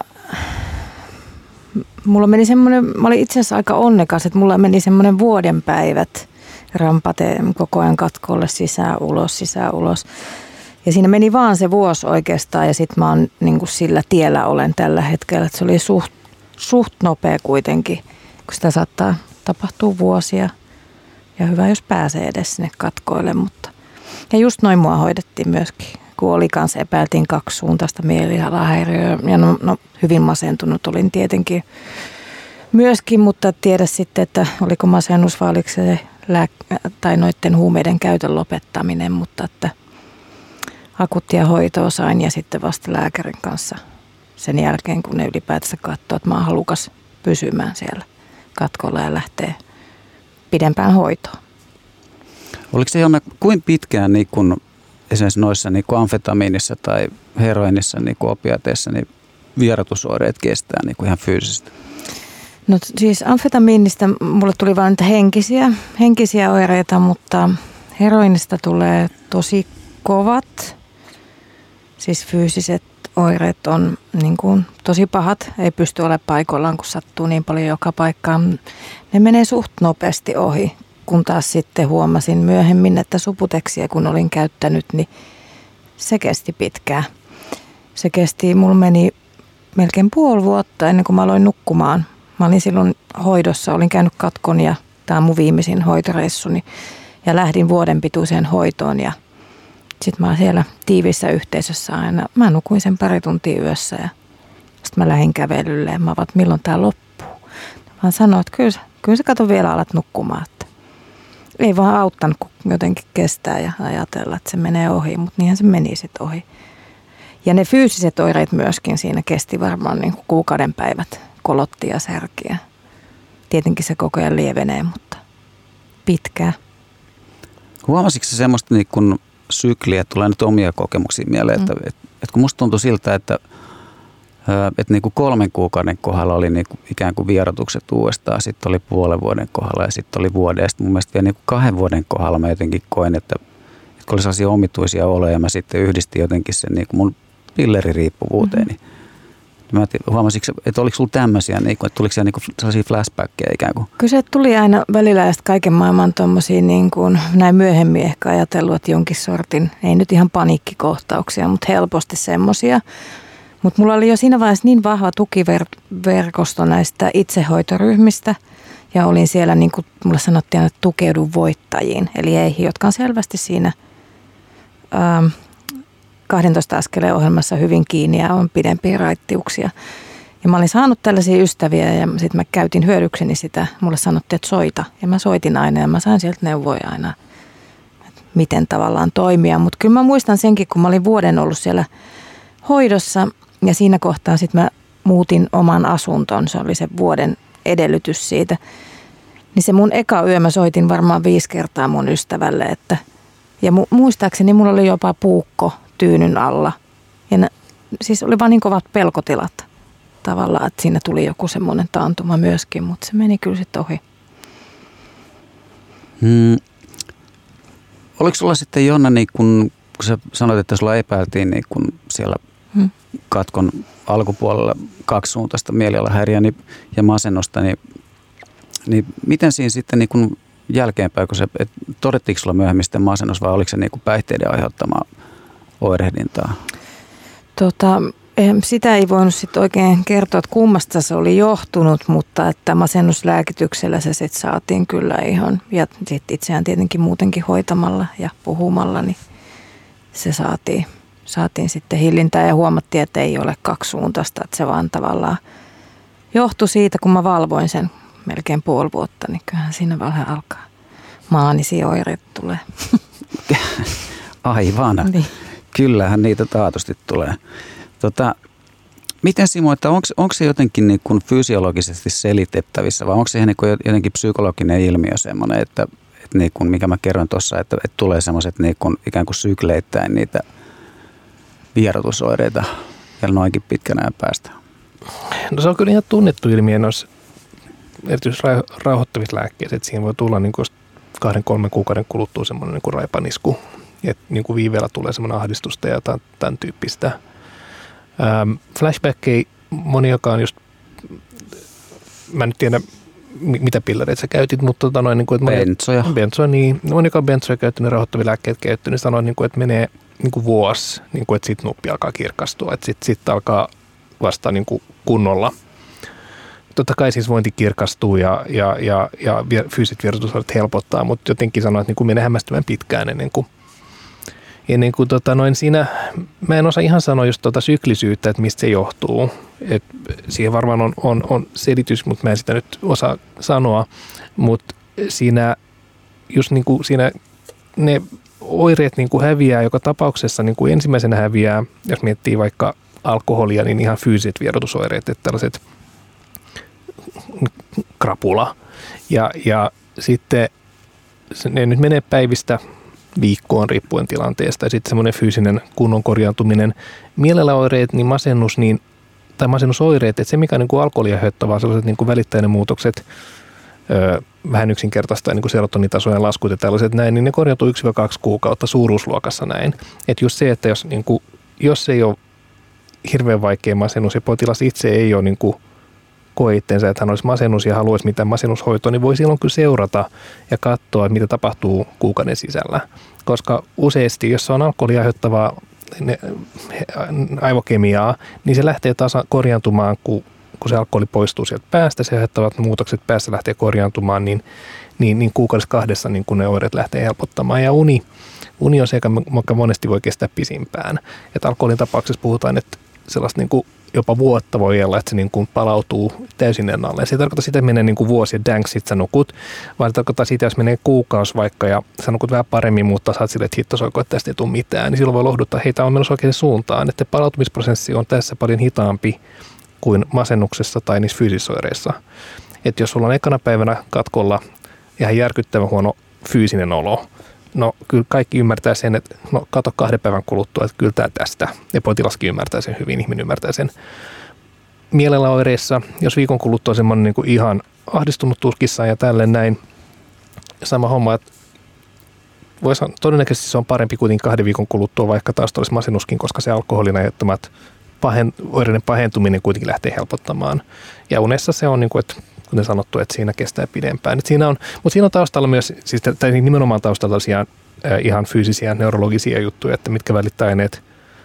mulla meni semmoinen, mä olin itse asiassa aika onnekas, että mulla meni semmoinen vuoden päivät rampateen koko ajan katkolle sisään ulos. Ja siinä meni vaan se vuosi oikeastaan ja sitten mä oon niin kuin sillä tiellä olen tällä hetkellä. Että se oli suht nopea kuitenkin, kun sitä saattaa tapahtua vuosia. Ja hyvä, jos pääsee edes sinne katkoille. Ja just noin mua hoidettiin myöskin, kun oli kanssa epäiltiin kaksisuuntaista mielialahäiriöä. Ja no hyvin masentunut olin tietenkin myöskin, mutta tiedä sitten, että oliko masennus vai oliko se tai noiden huumeiden käytön lopettaminen, mutta että akuuttia hoitoa sain ja sitten vasta lääkärin kanssa sen jälkeen, kun ne ylipäätänsä katsoo, että mä oon halukas pysymään siellä katkolla ja lähtee pidempään hoitoon. Oliko se Jonna, kuin pitkään niin kun esimerkiksi noissa niin kun amfetamiinissa tai heroinissa, niin kun opiateissa, niin vierotusoireet kestää niin kun ihan fyysisesti? No siis amfetamiinista mulle tuli vain niitä henkisiä oireita, mutta heroinista tulee tosi kovat. Siis fyysiset oireet on niin kuin tosi pahat, ei pysty olemaan paikoillaan, kun sattuu niin paljon joka paikkaan. Ne menee suht nopeasti ohi, kun taas sitten huomasin myöhemmin, että Subutexiä kun olin käyttänyt, niin se kesti pitkään. Mulla meni melkein puoli vuotta ennen kuin mä aloin nukkumaan. Mä olin silloin hoidossa, olin käynyt katkon ja tämä on mun viimeisin hoitoreissuni ja lähdin vuoden pituiseen hoitoon ja sitten mä oon siellä tiiviissä yhteisössä aina. Mä nukuin sen pari tuntia yössä ja sitten mä lähdin kävelylle ja mä vaan, milloin tää loppuu. Mä sanoin, että kyllä sä kato vielä alat nukkumaan. Että ei vaan auttanut, kun jotenkin kestää ja ajatella, että se menee ohi, mutta niinhän se meni sitten ohi. Ja ne fyysiset oireet myöskin siinä kesti varmaan niin kuin kuukauden päivät, kolotti ja särkiä. Tietenkin se koko ajan lievenee, mutta pitkää. Huomasitko se semmoista niin kuin sykliä, että tulee nyt omia kokemuksia mieleen, että kun musta tuntui siltä, että niin kuin 3 kuukauden kohdalla oli niin kuin ikään kuin vierotukset uudestaan, sitten oli puolen vuoden kohdalla ja sitten oli vuoden. Ja sitten mun mielestä vielä niin kuin 2 vuoden kohdalla mä jotenkin koin, että kun oli sellaisia omituisia oloja ja mä sitten yhdistin jotenkin sen niin kuin mun pilleririippuvuuteeni. Mä huomasitko, että oliko sulla tämmöisiä, niin kuin, että tuliko siellä niin kuin sellaisia flashbackkejä ikään kuin? Kyllä se tuli aina välillä ja kaiken maailman tuommoisia, niin kuin näin myöhemmin ehkä ajatellut, että jonkin sortin, ei nyt ihan paniikkikohtauksia, mutta helposti semmoisia. Mutta mulla oli jo siinä vaiheessa niin vahva tukiverkosto näistä itsehoitoryhmistä ja olin siellä, niin kuin mulle sanottiin, että tukeudun voittajiin, eli heihin, jotka on selvästi siinä 12 askeleen ohjelmassa hyvin kiinni ja on pidempiä raittiuksia. Ja mä olin saanut tällaisia ystäviä ja sitten mä käytin hyödykseni sitä. Mulle sanottiin, että soita. Ja mä soitin aina ja mä sain sieltä neuvoja aina, että miten tavallaan toimia. Mutta kyllä mä muistan senkin, kun mä olin vuoden ollut siellä hoidossa ja siinä kohtaa sitten mä muutin oman asunton. Se oli se vuoden edellytys siitä. Niin se mun eka yö mä soitin varmaan 5 kertaa mun ystävälle. Ja muistaakseni mulla oli jopa puukko tyynyn alla. Ja siis oli vaan niin kovat pelkotilat tavallaan, että siinä tuli joku semmoinen taantuma myöskin, mutta se meni kyllä sitten ohi. Oliko sulla sitten Jonna, niin kun sä sanoit, että sulla epäiltiin niin kun siellä katkon alkupuolella kaksisuuntaista mielialahäiriöä ja masennusta, niin miten siinä sitten niin kun jälkeenpäin, kun todettiinko sulla myöhemmin sitten masennus vai oliko se niin kun päihteiden aiheuttamaa oirehdintaa? Sitä ei voinut sitten oikein kertoa, että kummasta se oli johtunut, mutta että masennuslääkityksellä se sitten saatiin kyllä ihan, ja sitten itseään tietenkin muutenkin hoitamalla ja puhumalla, niin se saatiin sitten hillintää ja huomattiin, että ei ole kaksisuuntaista, että se vaan tavallaan johtui siitä, kun mä valvoin sen melkein puoli vuotta, niin kyllähän siinä vähän alkaa maanisia oireita tulee. Aivan. Niin. Kyllähän niitä taatusti tulee. Miten Simo, että onko se jotenkin niin kuin fysiologisesti selitettävissä vai onko se niin kuin jotenkin psykologinen ilmiö semmoinen, että niin kuin, mikä mä kerron tuossa, että tulee semmoiset niin kuin ikään kuin sykleittäin niitä vierotusoireita ja noinkin pitkän ajan päästä? No se on kyllä ihan tunnettu ilmiö noissa erityisesti rauhoittavissa lääkkeissä, että siihen voi tulla niin 2-3 kuukauden kuluttua semmoinen niin raipanisku, että niin viiveellä tulee semmoinen ahdistusta ja tämän tyyppistä. Flashback ei moni, joka on just, mä en nyt tiedä mitä pillereitä sä käytit, mutta niin kuin, että benzoja, niin moni, joka on benzoja käyttänyt, rauhoittavia lääkkeitä käyttänyt, niin sanoo, niin kuin, että menee niin kuin vuosi, niin kuin, että sitten nuppi alkaa kirkastua, että sitten alkaa vasta niin kuin kunnolla. Totta kai siis vointi kirkastuu ja fyysiset vierotusoireet helpottaa, mutta jotenkin sanoo, että niin kuin menee hämmästyvän pitkään ennen kuin siinä, mä en osaa ihan sanoa just syklisyyttä, että mistä se johtuu. Et siihen varmaan on selitys, mutta mä en sitä nyt osaa sanoa. Mutta siinä, just niin kuin siinä ne oireet niin kuin häviää joka tapauksessa, niin kuin ensimmäisenä häviää, jos miettii vaikka alkoholia, niin ihan fyysiset vierotusoireet, että tällaiset krapula. Ja sitten ne nyt menee päivistä viikkoon riippuen tilanteesta ja sitten semmoinen fyysinen kunnon korjaantuminen. Mielialaoireet, niin masennus, tai masennusoireet, että se mikä on niin kuin alkoholia aiheuttavaa, sellaiset niin kuin välittäinen muutokset, vähän yksinkertaista niin kuin serotonitasojen laskut ja tällaiset näin, niin ne korjautuu 1-2 kuukautta suuruusluokassa näin. Että just se, että jos ei ole hirveän vaikea masennus ja potilas itse ei ole niin kuin koe itsensä, että hän olisi masennus ja haluaisi mitään masennushoitoa, niin voi silloin kyllä seurata ja katsoa, mitä tapahtuu kuukauden sisällä. Koska useasti, jos se on alkoholia aiheuttavaa aivokemiaa, niin se lähtee korjaantumaan, kun se alkoholi poistuu sieltä päästä, se aiheuttavat muutokset päässä lähtee korjaantumaan, niin kuukaudessa 2 niin kun ne oireet lähtee helpottamaan. Ja uni on se, joka monesti voi kestää pisimpään. Että alkoholin tapauksessa puhutaan, että sellaista niin kuin jopa vuotta voi olla, että se niin kuin palautuu täysin ennalleen. Se ei tarkoita sitä, että menee niin kuin vuosi ja dänks, sit sä nukut, vaan se tarkoittaa sitä, jos menee kuukausi vaikka ja sä nukut vähän paremmin, mutta saat silleen, että hittosoiko, että tästä ei tule mitään, niin silloin voi lohduttaa, heitä on menossa oikein suuntaan, että palautumisprosessi on tässä paljon hitaampi kuin masennuksessa tai niissä fyysisissä oireissa. Että jos sulla on ekana päivänä katkolla ihan järkyttävän huono fyysinen olo, no kyllä kaikki ymmärtää sen, että kato 2 päivän kuluttua, että kyllä tämä tästä. Ja potilaskin ymmärtää sen hyvin, ihminen ymmärtää sen. Mielialaoireissa, jos viikon kuluttua on semmoinen niin kuin ihan ahdistunut tuskissaan ja tälleen näin, sama homma, että todennäköisesti se on parempi kuitenkin 2 viikon kuluttua, vaikka taas olisi masennuskin, koska se alkoholin aiheuttamat oireiden pahentuminen kuitenkin lähtee helpottamaan. Ja unessa se on, niin kuin, että kuten sanottu, että siinä kestää pidempään. Mutta siinä on taustalla myös, siis nimenomaan taustalla ihan fyysisiä, neurologisia juttuja, että mitkä välittäaineet,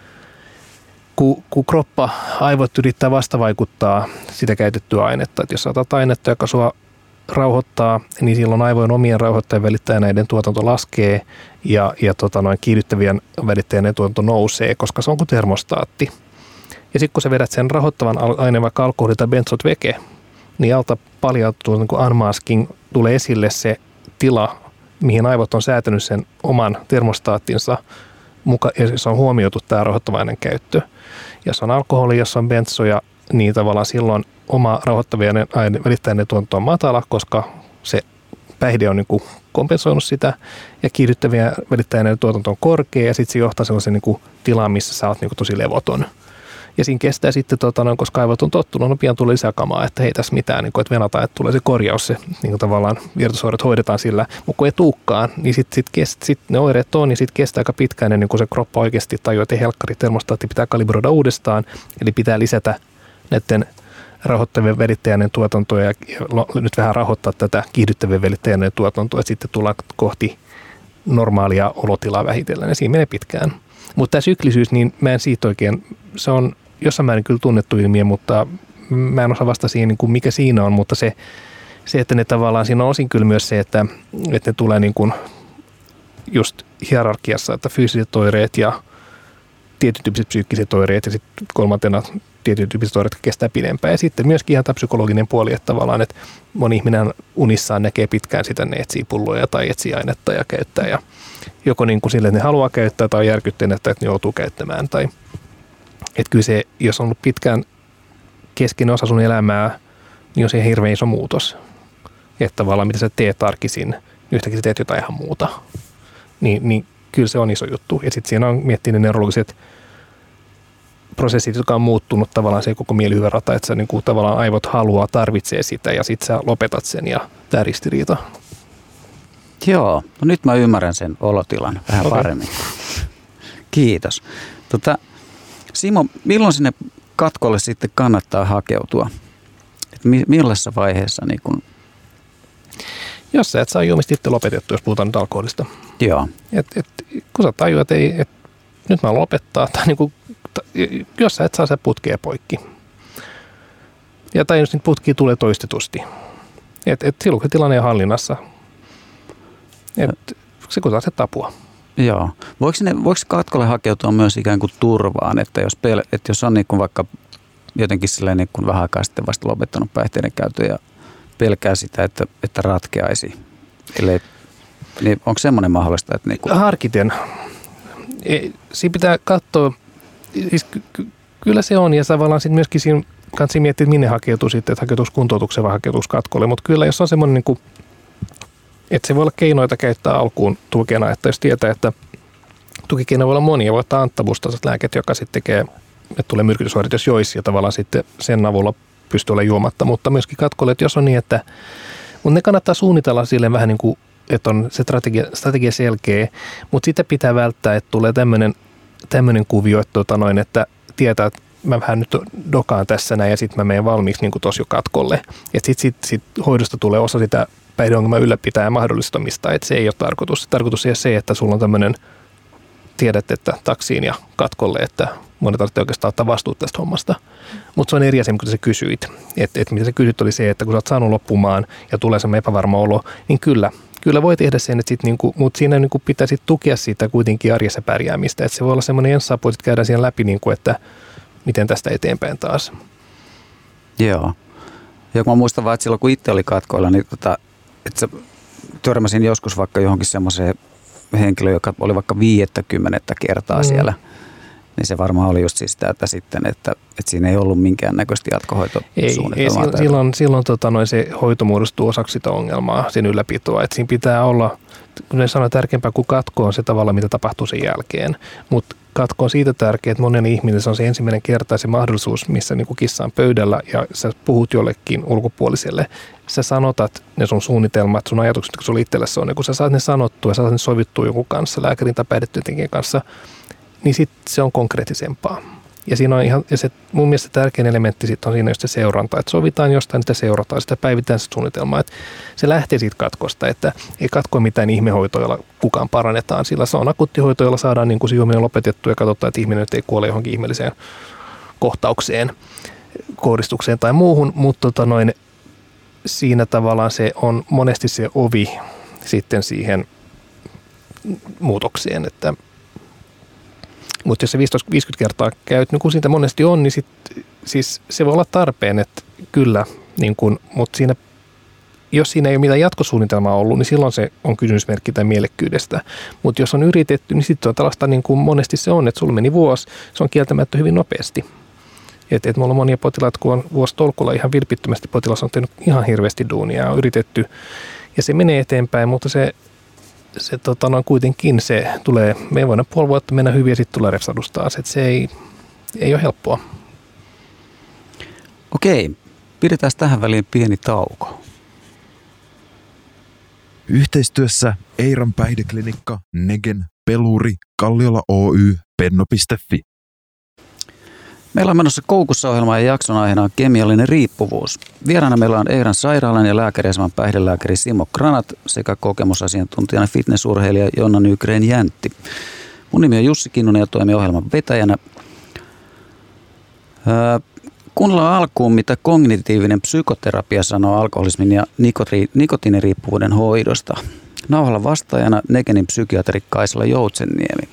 kun kroppa, aivot yrittää vastavaikuttaa sitä käytettyä ainetta. Että jos saatat ainetta, joka sua rauhoittaa, niin silloin aivojen omien rauhoittajien välittäjäneiden tuotanto laskee ja kiihdyttävien välittäjäneiden tuotanto nousee, koska se on kuin termostaatti. Ja sitten kun sä vedät sen rauhoittavan aineen, vaikka alkoholi tai benzot veke, niin alta paljautuu niin kuin unmasking, tulee esille se tila, mihin aivot on säätänyt sen oman termostaattinsa mukaan, ja se on huomioitu tämä rauhoittavainen käyttö. Jos on alkoholi, jos on benzoja, niin tavallaan silloin oma rauhoittavien välittäjien tuotanto on matala, koska se päihde on niin kuin kompensoinut sitä, ja kiihdyttävien välittäjien tuotanto on korkea, ja sitten se johtaa sellaisen niin kuin tilaan, missä sä oot niin kuin tosi levoton. Ja siinä kestää sitten, koska aivot on tottunut, no pian tulee lisäkamaa, että ei tässä mitään, niin kuin, että venataan, että tulee se korjaus, se niin kuin tavallaan vierotusoireet hoidetaan sillä. Mutta kun ei tuukkaan, niin sitten ne oireet on, niin sitten kestää aika pitkään ennen kuin se kroppa oikeasti tajuu, että helkkari termostaatti pitää kalibroida uudestaan, eli pitää lisätä näiden rauhoittavien välittäjien tuotantoa ja nyt vähän rauhoittaa tätä kiihdyttävien välittäjien tuotantoa, että sitten tullaan kohti normaalia olotilaa vähitellen, ja siinä menee pitkään. Mutta tämä syklisyys, niin mä en siitä oikein, se on jossain määrin kyllä tunnettu ilmiö, mutta mä en osaa vasta siihen, niin kuin mikä siinä on, mutta se, että ne tavallaan, siinä on osin kyllä myös se, että ne tulee niin kuin just hierarkiassa, että fyysiset oireet ja tietyn tyyppiset psyykkiset oireet ja sitten kolmantena tietyn tyyppiset oireet kestää pidempään. Ja sitten myöskin ihan tämä psykologinen puoli, että tavallaan, että moni ihminen unissaan näkee pitkään sitä, ne etsii pulloja tai etsii ainetta ja käyttää ja joko niin kuin sille, että ne haluaa käyttää tai järkyttynyt, että ne joutuu käyttämään. Tai, että kyllä se, jos on ollut pitkään keskeinen osa sun elämää, niin on se hirveän iso muutos. Että tavallaan mitä sä teet arkisin, niin yhtäkkiä sä teet jotain ihan muuta. Niin kyllä se on iso juttu. Ja sitten siinä on miettinyt ne neurologiset prosessit, jotka on muuttunut tavallaan se koko mielihyvärata, että sä niin kuin tavallaan aivot tarvitsee sitä ja sit sä lopetat sen ja tää ristiriita. Joo, no nyt mä ymmärrän sen olotilan vähän paremmin. Kiitos. Simo, milloin sinne katkolle sitten kannattaa hakeutua? Millaisessa vaiheessa? Niin kun... Jos sä et saa juomista itse lopetettua, jos puhutaan nyt alkoholista. Joo. Kun sä tajuat, että nyt mä lopettaa, tai niin kuin, jos sä et saa se putkea poikki. Tai jos niitä putkia tulee toistetusti. Silloin kun tilanne on hallinnassa, se kun saa se tapua. Joo. Voiko katkolle hakeutua myös ikään kuin turvaan, että jos on niin kuin vaikka jotenkin silleen niin kuin vähän aikaa sitten vasta lopettanut päihteiden käytön ja pelkää sitä, että ratkeaisi. Eli niin onko semmoinen mahdollista? Että niin kuin... Harkiten. Siinä pitää katsoa, siis kyllä se on, ja tavallaan sitten myöskin siinä kannattaa miettiä, että minne hakeutuu sitten, että hakeutuisi kuntoutukseen vai hakeutuisi katkolle. Mutta kyllä jos on semmoinen, niin kuin, että se voi olla keinoita käyttää alkuun tukena, että jos tietää, että tukikeinoja voi olla monia, voi ottaa antabustaiset lääket, joka sitten tekee, että tulee myrkytysoireet, jos joisi, ja tavallaan sitten sen avulla pystyy olemaan juomatta. Mutta myöskin katkolle, että jos on niin, että mutta ne kannattaa suunnitella silleen vähän niin kuin, että on se strategia selkeä, mutta sitä pitää välttää, että tulee tämmöinen kuvio, että tietää, että mä vähän nyt dokaan tässä näin ja sitten mä menen valmiiksi niin kuin tossa jo katkolle. Että sit hoidosta tulee osa sitä päihdeongelman ylläpitää ja mahdollistamista, että se ei ole tarkoitus. Tarkoitus ei ole se, että sulla on tämmöinen, tiedät, että taksiin ja katkolle, että monet tarvitsee oikeastaan ottaa vastuut tästä hommasta. Mutta se on eri asia, kun sä kysyit. Että mitä sä kysyit oli se, että kun sä oot saanut loppumaan ja tulee semmoinen epävarma olo, niin kyllä voi tehdä sen, että mutta siinä niinku pitää sit tukea sitä kuitenkin arjessa pärjäämistä. Että se voi olla semmoinen ensiapu, että käydään siinä läpi, niinku, että miten tästä eteenpäin taas. Joo. Ja kun mä muistan vaan, että silloin kun itse oli katkoilla, niin että törmäsin joskus vaikka johonkin semmoiseen henkilöön, joka oli vaikka 50 kertaa siellä. Niin se varmaan oli just siis sitä, että siinä ei ollut minkäännäköistä jatkohoitosuunnitelmaa. Silloin se hoito muodostuu osaksi sitä ongelmaa, sen ylläpitoa. Että siinä pitää olla, kun ne sanoo tärkeämpää kuin katko on se tavalla, mitä tapahtuu sen jälkeen. Mutta katko on siitä tärkeä, että monen ihminen se on se ensimmäinen kerta se mahdollisuus, missä niin kuin kissa on pöydällä ja sä puhut jollekin ulkopuoliselle. Sä sanotat ne sun suunnitelmat, sun ajatukset, kun sulla itsellä se on. Ja kun sä saat ne sanottua ja saat ne sovittua jonkun kanssa, lääkärin tai päihdetyöntekijän kanssa, niin sitten se on konkreettisempaa. Ja siinä on ihan, ja se mun mielestä tärkein elementti sitten on siinä just se seuranta, että sovitaan jostain, että seurataan, sitä päivitään sitä suunnitelmaa, että se lähtee siitä katkosta, että ei katkoa mitään ihmehoitoa, jolla kukaan parannetaan, sillä se on akuuttihoito, jolla saadaan niin kuin se juominen lopetettua ja katsotaan, että ihminen nyt ei kuole johonkin ihmeelliseen kohtaukseen, kohdistukseen tai muuhun, mutta siinä tavallaan se on monesti se ovi sitten siihen muutokseen, että mutta jos se 15-50 kertaa käyt, niin kun siitä monesti on, niin siis se voi olla tarpeen, että kyllä, niin kun, mutta jos siinä ei ole mitään jatkosuunnitelmaa ollut, niin silloin se on kysymysmerkki tai mielekkyydestä. Mutta jos on yritetty, niin sitten on tällaista, niin kuin monesti se on, että sulla meni vuosi, se on kieltämättä hyvin nopeasti. Että mulla on monia potilaita, kun on vuosi tolkulla ihan vilpittömästi potilas on tehnyt ihan hirveästi duunia, on yritetty ja se menee eteenpäin, mutta se kuitenkin se tulee, me ei voida puoli vuotta mennä hyvin ja sitten tulee repsadus taas, että se ei ole helppoa. Okei, pidetään tähän väliin pieni tauko. Yhteistyössä Eiran päihdeklinikka, Negen, Peluri, Kalliola Oy, Penno.fi. Meillä on menossa Koukussa -ohjelma ja jakson aiheena on kemiallinen riippuvuus. Vieraana meillä on Eiran sairaalan ja lääkäriaseman päihdelääkäri Simo Granat sekä kokemusasiantuntijana fitnessurheilija Jonna Nygren-Jäntti. Mun nimi on Jussi Kinnunen ja toimin ohjelman vetäjänä. Kuunnellaan alkuun, mitä kognitiivinen psykoterapia sanoo alkoholismin ja nikotiiniriippuvuuden hoidosta. Nauhalla vastaajana Negenin psykiatri Kaisala Joutsenniemi.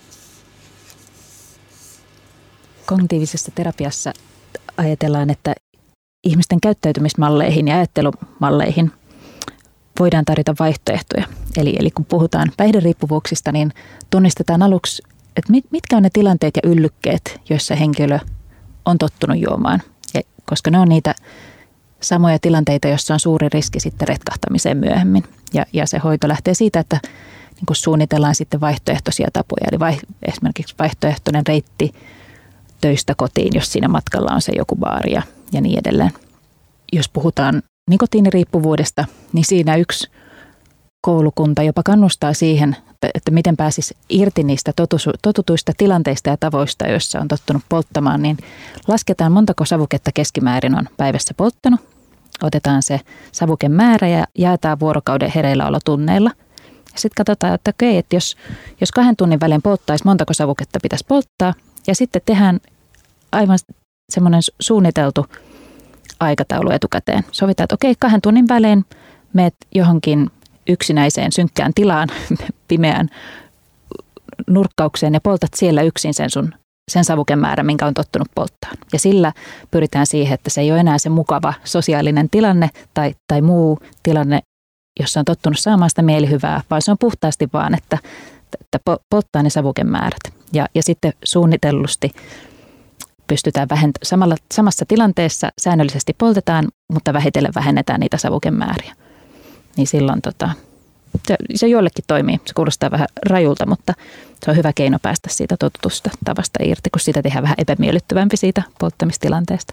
Kognitiivisessa terapiassa ajatellaan, että ihmisten käyttäytymismalleihin ja ajattelumalleihin voidaan tarjota vaihtoehtoja. Eli kun puhutaan päihderiippuvuuksista, niin tunnistetaan aluksi, että mitkä on ne tilanteet ja yllykkeet, joissa henkilö on tottunut juomaan. Koska ne on niitä samoja tilanteita, joissa on suuri riski sitten retkahtamiseen myöhemmin. Ja se hoito lähtee siitä, että niin kun suunnitellaan sitten vaihtoehtoisia tapoja. Eli esimerkiksi vaihtoehtoinen reitti töistä kotiin, jos siinä matkalla on se joku baari ja niin edelleen. Jos puhutaan nikotiiniriippuvuudesta, niin siinä yksi koulukunta jopa kannustaa siihen, että miten pääsisi irti niistä totutuista tilanteista ja tavoista, joissa on tottunut polttamaan, niin lasketaan montako savuketta keskimäärin on päivässä polttanut. Otetaan se savukemäärä ja jaetaan vuorokauden hereilläolotunneilla. Sitten katsotaan, että okei, että jos 2 tunnin välein polttaisi, montako savuketta pitäisi polttaa. Ja sitten tehdään aivan semmoinen suunniteltu aikataulu etukäteen. Sovitaan, että okei, 2 tunnin välein meet johonkin yksinäiseen synkkään tilaan, pimeään nurkkaukseen ja poltat siellä yksin sen savukemäärän, minkä on tottunut polttaa. Ja sillä pyritään siihen, että se ei ole enää se mukava sosiaalinen tilanne tai muu tilanne, jossa on tottunut saamaan sitä mielihyvää, vaan se on puhtaasti vaan, että polttaa ne savukemäärät. Ja sitten suunnitellusti pystytään samassa tilanteessa säännöllisesti poltetaan, mutta vähitellen vähennetään niitä savukemääriä. Niin silloin se joillekin toimii. Se kuulostaa vähän rajulta, mutta se on hyvä keino päästä siitä totutusta tavasta irti, kun siitä tehdään vähän epämiellyttävämpi siitä polttamistilanteesta.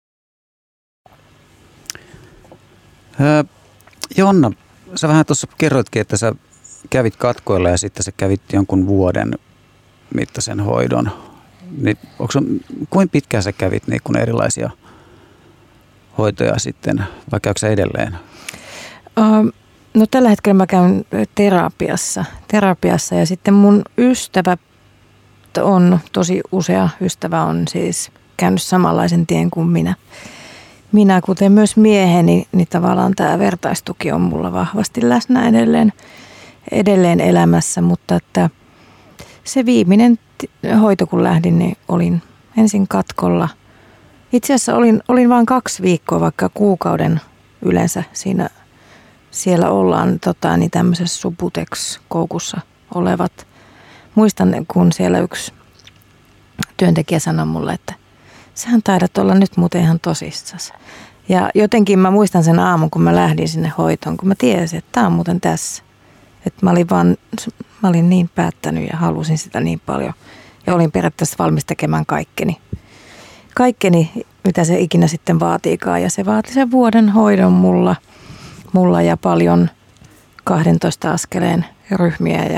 Jonna, sä vähän tuossa kerroitkin, että sä kävit katkoilla ja sitten sä kävit jonkun vuoden mittaisen hoidon. Niin kuinka pitkään sä kävit niin kun erilaisia hoitoja sitten, vai käykö sä edelleen? No tällä hetkellä mä käyn terapiassa ja sitten mun ystävä tosi usea ystävä on siis käynyt samanlaisen tien kuin minä kuten myös mieheni, niin tavallaan tämä vertaistuki on mulla vahvasti läsnä edelleen elämässä, mutta että se viimeinen hoito kun lähdin, niin olin ensin katkolla. Itse asiassa olin vain 2 viikkoa, vaikka kuukauden yleensä siellä ollaan niin tämmöisessä Subutex-koukussa olevat. Muistan, kun siellä yksi työntekijä sanoi mulle, että sähän taidat olla nyt muuten ihan tosissasi. Ja jotenkin mä muistan sen aamun, kun mä lähdin sinne hoitoon, kun mä tiesin, että tää on muuten tässä. Että mä olin niin päättänyt ja halusin sitä niin paljon. Ja olin periaatteessa valmis tekemään kaikkeni, mitä se ikinä sitten vaatiikaan. Ja se vaati sen vuoden hoidon mulla ja paljon 12 askeleen ryhmiä.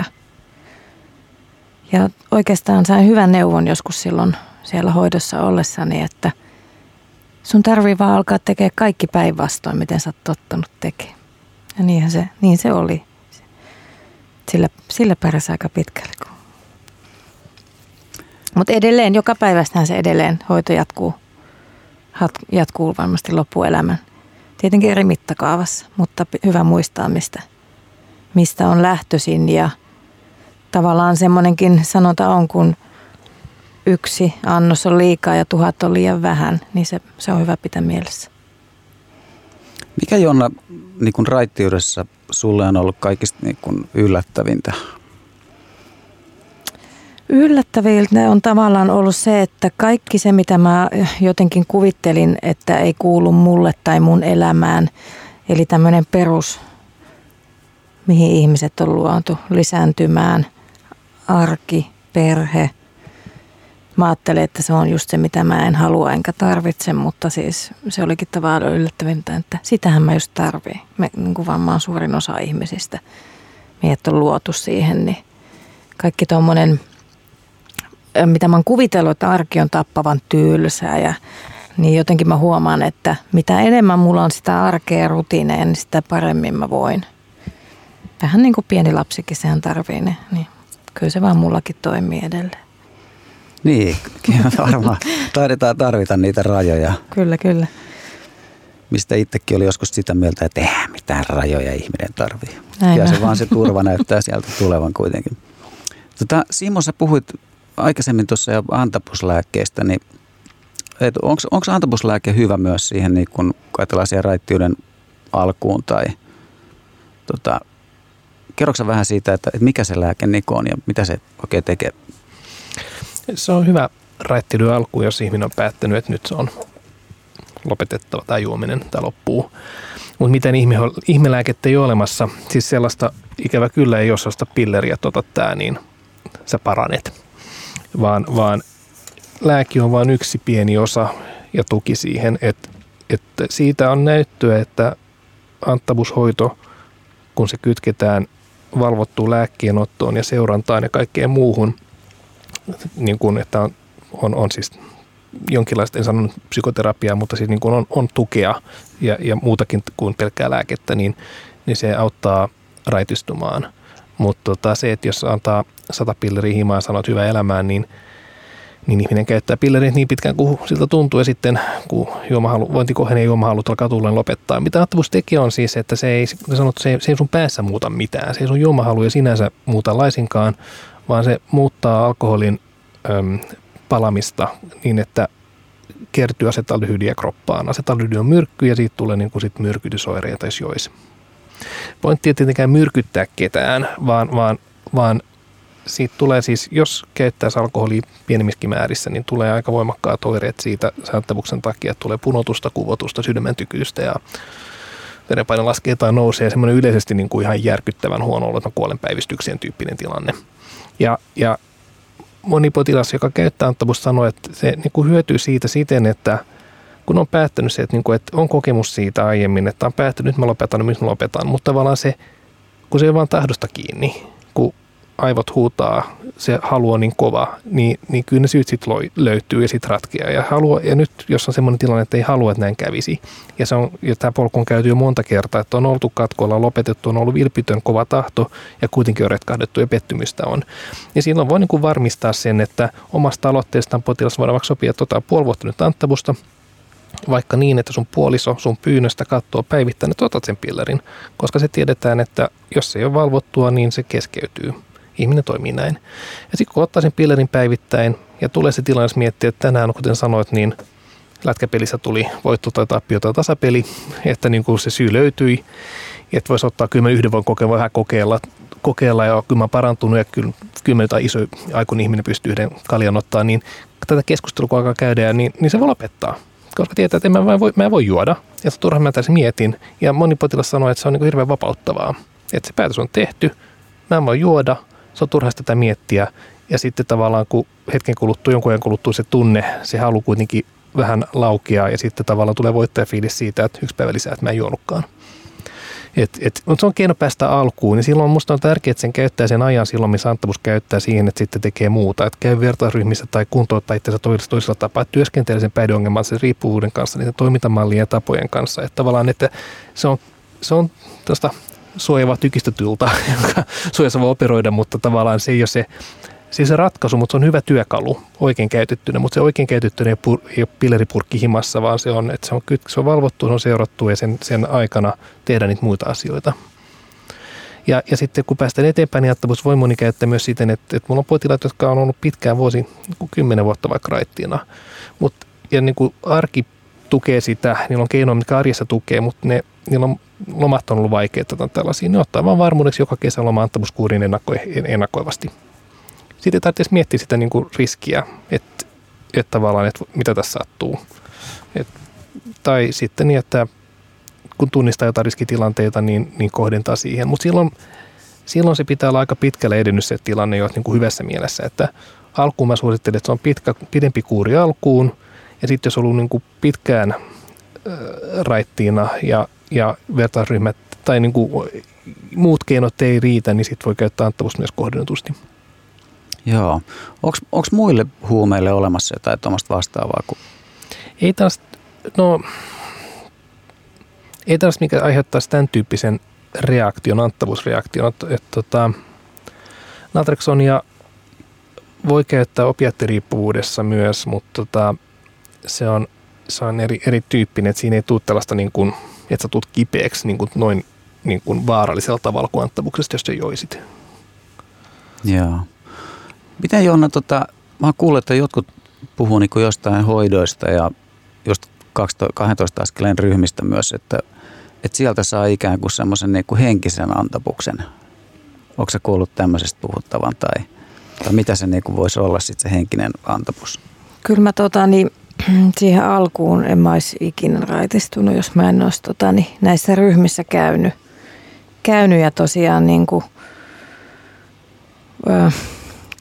Ja oikeastaan sain hyvän neuvon joskus silloin siellä hoidossa ollessani, että sun tarvii vaan alkaa tekemään kaikki päinvastoin, miten sä oot tottunut tekemään. Ja niin se oli. Sillä pärjäsi aika pitkälle. Mutta edelleen, joka päivästähän se edelleen hoito jatkuu varmasti loppuelämän. Tietenkin eri mittakaavassa, mutta hyvä muistaa, mistä on lähtöisin. Ja tavallaan semmoinenkin sanonta on, kun 1 annos on liikaa ja 1000 on liian vähän, niin se on hyvä pitää mielessä. Mikä, Jonna, niin kun raittiudessa sulle on ollut kaikista niin kun yllättävintä? Yllättäviltä on tavallaan ollut se, että kaikki se, mitä mä jotenkin kuvittelin, että ei kuulu mulle tai mun elämään, eli tämmöinen perus, mihin ihmiset on luotu lisääntymään, arki, perhe. Mä ajattelin, että se on just se, mitä mä en halua enkä tarvitse, mutta siis se olikin tavallaan yllättävintä, että sitähän mä just tarviin. Niin kuin varmaan suurin osa ihmisistä, meidät on luotu siihen, niin kaikki tommonen, mitä mä oon kuvitellut, että arki on tappavan tylsää, niin jotenkin mä huomaan, että mitä enemmän mulla on sitä arkea ja rutiineja, niin sitä paremmin mä voin. Vähän niin kuin pieni lapsikin sehän tarvii ne, niin kyllä se vaan mullakin toimii edelleen. Niin, varmaan taidetaan tarvita niitä rajoja. Kyllä. Mistä itsekin oli joskus sitä mieltä, että eihän mitään rajoja ihminen tarvii. Näin ja se vaan se turva näyttää sieltä tulevan kuitenkin. Simo, sä puhuit aikaisemmin tuossa jo antabuslääkkeestä, niin onko antabuslääke hyvä myös siihen, niin kun ajatellaan siihen raittiuden alkuun tai kerroksä vähän siitä, että mikä se lääke niin on ja mitä se oikein tekee? Se on hyvä raittiuden alku, jos ihminen on päättänyt, että nyt se on lopetettava tai juominen tai loppuu. Mutta miten ihmelääkettä ei ole olemassa, siis sellaista ikävä kyllä ei ole sellaista pilleriä, että otat tää, niin sä paranet. Vaan lääke on vain yksi pieni osa ja tuki siihen, että siitä on näyttöä, että antabushoito, kun se kytketään valvottuun lääkkeenottoon ja seurantaan ja kaikkeen muuhun, niin kuin, että on siis jonkinlaista, en sanonut psykoterapiaa, mutta siis niin kuin on tukea ja muutakin kuin pelkkää lääkettä, niin se auttaa raitistumaan. Mutta se, että jos antaa 100 pilleriä himaan ja sanoo, että hyvää elämää, niin ihminen käyttää pillerit niin pitkään kuin siltä tuntuu, ja sitten kun vointi kohenee ja juomahalut alkaa tulla, niin lopettaa. Mitä antavuus tekee on siis, että se ei sun päässä muuta mitään. Se ei sun juomahaluja sinänsä muuta laisinkaan, vaan se muuttaa alkoholin palamista niin, että kertyy asetaldehyydiä kroppaan. Asetaldehyydi on myrkky ja siitä tulee niin kuin sit myrkytysoireita, jos joisi. Pointti ei tietenkään myrkyttää ketään, vaan siitä tulee siis, jos käyttäisi alkoholia pienemmissäkin määrissä, niin tulee aika voimakkaat oireet siitä antabuksen takia, että tulee punotusta, kuvotusta, sydämen tykystä ja verenpaine laskee tai nousee ja semmoinen yleisesti niin kuin ihan järkyttävän huono olo, kuolenpäivystyksien tyyppinen tilanne. Ja moni potilas, joka käyttää antabusta, sanoo, että se niin kuin hyötyy siitä siten, että kun on päättänyt se, että on kokemus siitä aiemmin, että on päättänyt, nyt mä lopetan, mutta tavallaan se, kun se ei vaan tahdosta kiinni, kun aivot huutaa, se halu on niin kova, niin kyllä ne syyt sitten löytyy ja sitten ratkeaa. Ja nyt, jos on semmoinen tilanne, että ei halua, että näin kävisi, ja tämä polku on käyty jo monta kertaa, että on oltu katkoilla, lopetettu, on ollut vilpitön kova tahto, ja kuitenkin on retkahdettu ja pettymystä on. Ja silloin voi niin kuin varmistaa sen, että omasta aloitteestaan potilas voidaan vaikka sopia, että puoli vuotta nyt antabusta, vaikka niin, että sun puoliso sun pyynnöstä katsoo päivittäin, että otat sen pillerin, koska se tiedetään, että jos se ei ole valvottua, niin se keskeytyy. Ihminen toimii näin. Ja sitten kun ottaa sen pillerin päivittäin ja tulee se tilanne, jos miettii, että tänään, kuten sanoit, niin lätkäpelissä tuli voitto tai tappio tai tasapeli, että niin kuin se syy löytyi, että voisi ottaa, kyllä mä yhden voin vähän kokeilla ja kyllä mä oon parantunut ja kyllä tai iso aikuinen ihminen pystyy yhden kaljan ottaa, niin tätä keskustelua kun alkaa käydä, niin se voi lopettaa. Koska tietää, että mä en voi juoda, ja turhaan mä tässä mietin. Ja moni potilas sanoo, että se on niin kuin hirveän vapauttavaa. Että se päätös on tehty, mä en voi juoda, se on turhaa tätä miettiä. Ja sitten tavallaan, kun hetken kuluttua, jonkun ajan kuluttua se tunne, se halu kuitenkin vähän laukeaa, ja sitten tavallaan tulee voittajafiilis siitä, että yksi päivä lisää, että mä en juonutkaan. Mutta se on keino päästä alkuun, ja silloin musta on tärkeää, että sen käyttää sen ajan silloin, missä antavuus käyttää siihen, että sitten tekee muuta. Että käy vertaisryhmissä tai kuntouttaa itseänsä toisella tapaa, että työskentelee sen päihdeongelmallisen riippuvuuden kanssa, niiden toimintamallien ja tapojen kanssa. Että tavallaan, että se on tästä suojaavaa tykistötyltä, jonka suojassa voi operoida, mutta tavallaan se ei ole se ratkaisu, mutta se on hyvä työkalu oikein käytettynä, mutta se oikein käytettynä ei ole pilleripurkki himassa, vaan se on, että se on valvottu, se on seurattu ja sen aikana tehdään niitä muita asioita. Ja sitten kun päästään eteenpäin, niin antavuus voi moni käyttää myös siten, että mulla on potilaat, jotka on ollut pitkään 10 vuotta vaikka raittiina, ja niin kuin arki tukee sitä, niillä on keinoja, mitkä arjessa tukee, mutta niillä on lomat on ollut vaikeita tai tällaisia, ne ottaa vaan varmuudeksi joka kesä loma-antavuuskuuriin ennakoivasti. Sitten ei tarvitse miettiä sitä niin kuin riskiä, että tavallaan, että mitä tässä sattuu. Tai sitten niin, että kun tunnistaa jotain riskitilanteita, niin kohdentaa siihen. Mutta silloin se pitää olla aika pitkälle edennyt se tilanne jo niin kuin hyvässä mielessä. Että alkuun mä suosittelen, että se on pidempi kuuri alkuun. Ja sitten jos on ollut niin kuin pitkään raittiina ja vertaisryhmät tai niin kuin muut keinot ei riitä, niin sitten voi käyttää antavuutta myös kohdennetusti. Joo. Onko muille huumeille olemassa jotain tuommoista vastaavaa? Ei taas mikä aiheuttaisi tämän tyyppisen reaktion, antavuusreaktion. Naltreksonia voi käyttää opiaattiriippuvuudessa myös, mutta se on erityyppinen, että siinä ei tule tällaista, niin kuin, että sä tulet kipeäksi niin kuin noin niin kuin vaarallisella tavalla kuin antavuuksesta, jos sä joisit. Joo. Miten Joonna, mä oon kuullut, että jotkut puhuu niin kuin jostain hoidoista ja just 12 askeleen ryhmistä myös, että sieltä saa ikään kuin semmoisen niin kuin henkisen antapuksen. Onko sä kuullut tämmöisestä puhuttavan tai mitä se niin kuin voisi olla sitten se henkinen antapus? Kyllä mä siihen alkuun en mä olisi ikinä raitistunut, jos mä en olisi näissä ryhmissä käynyt ja tosiaan niin kuin,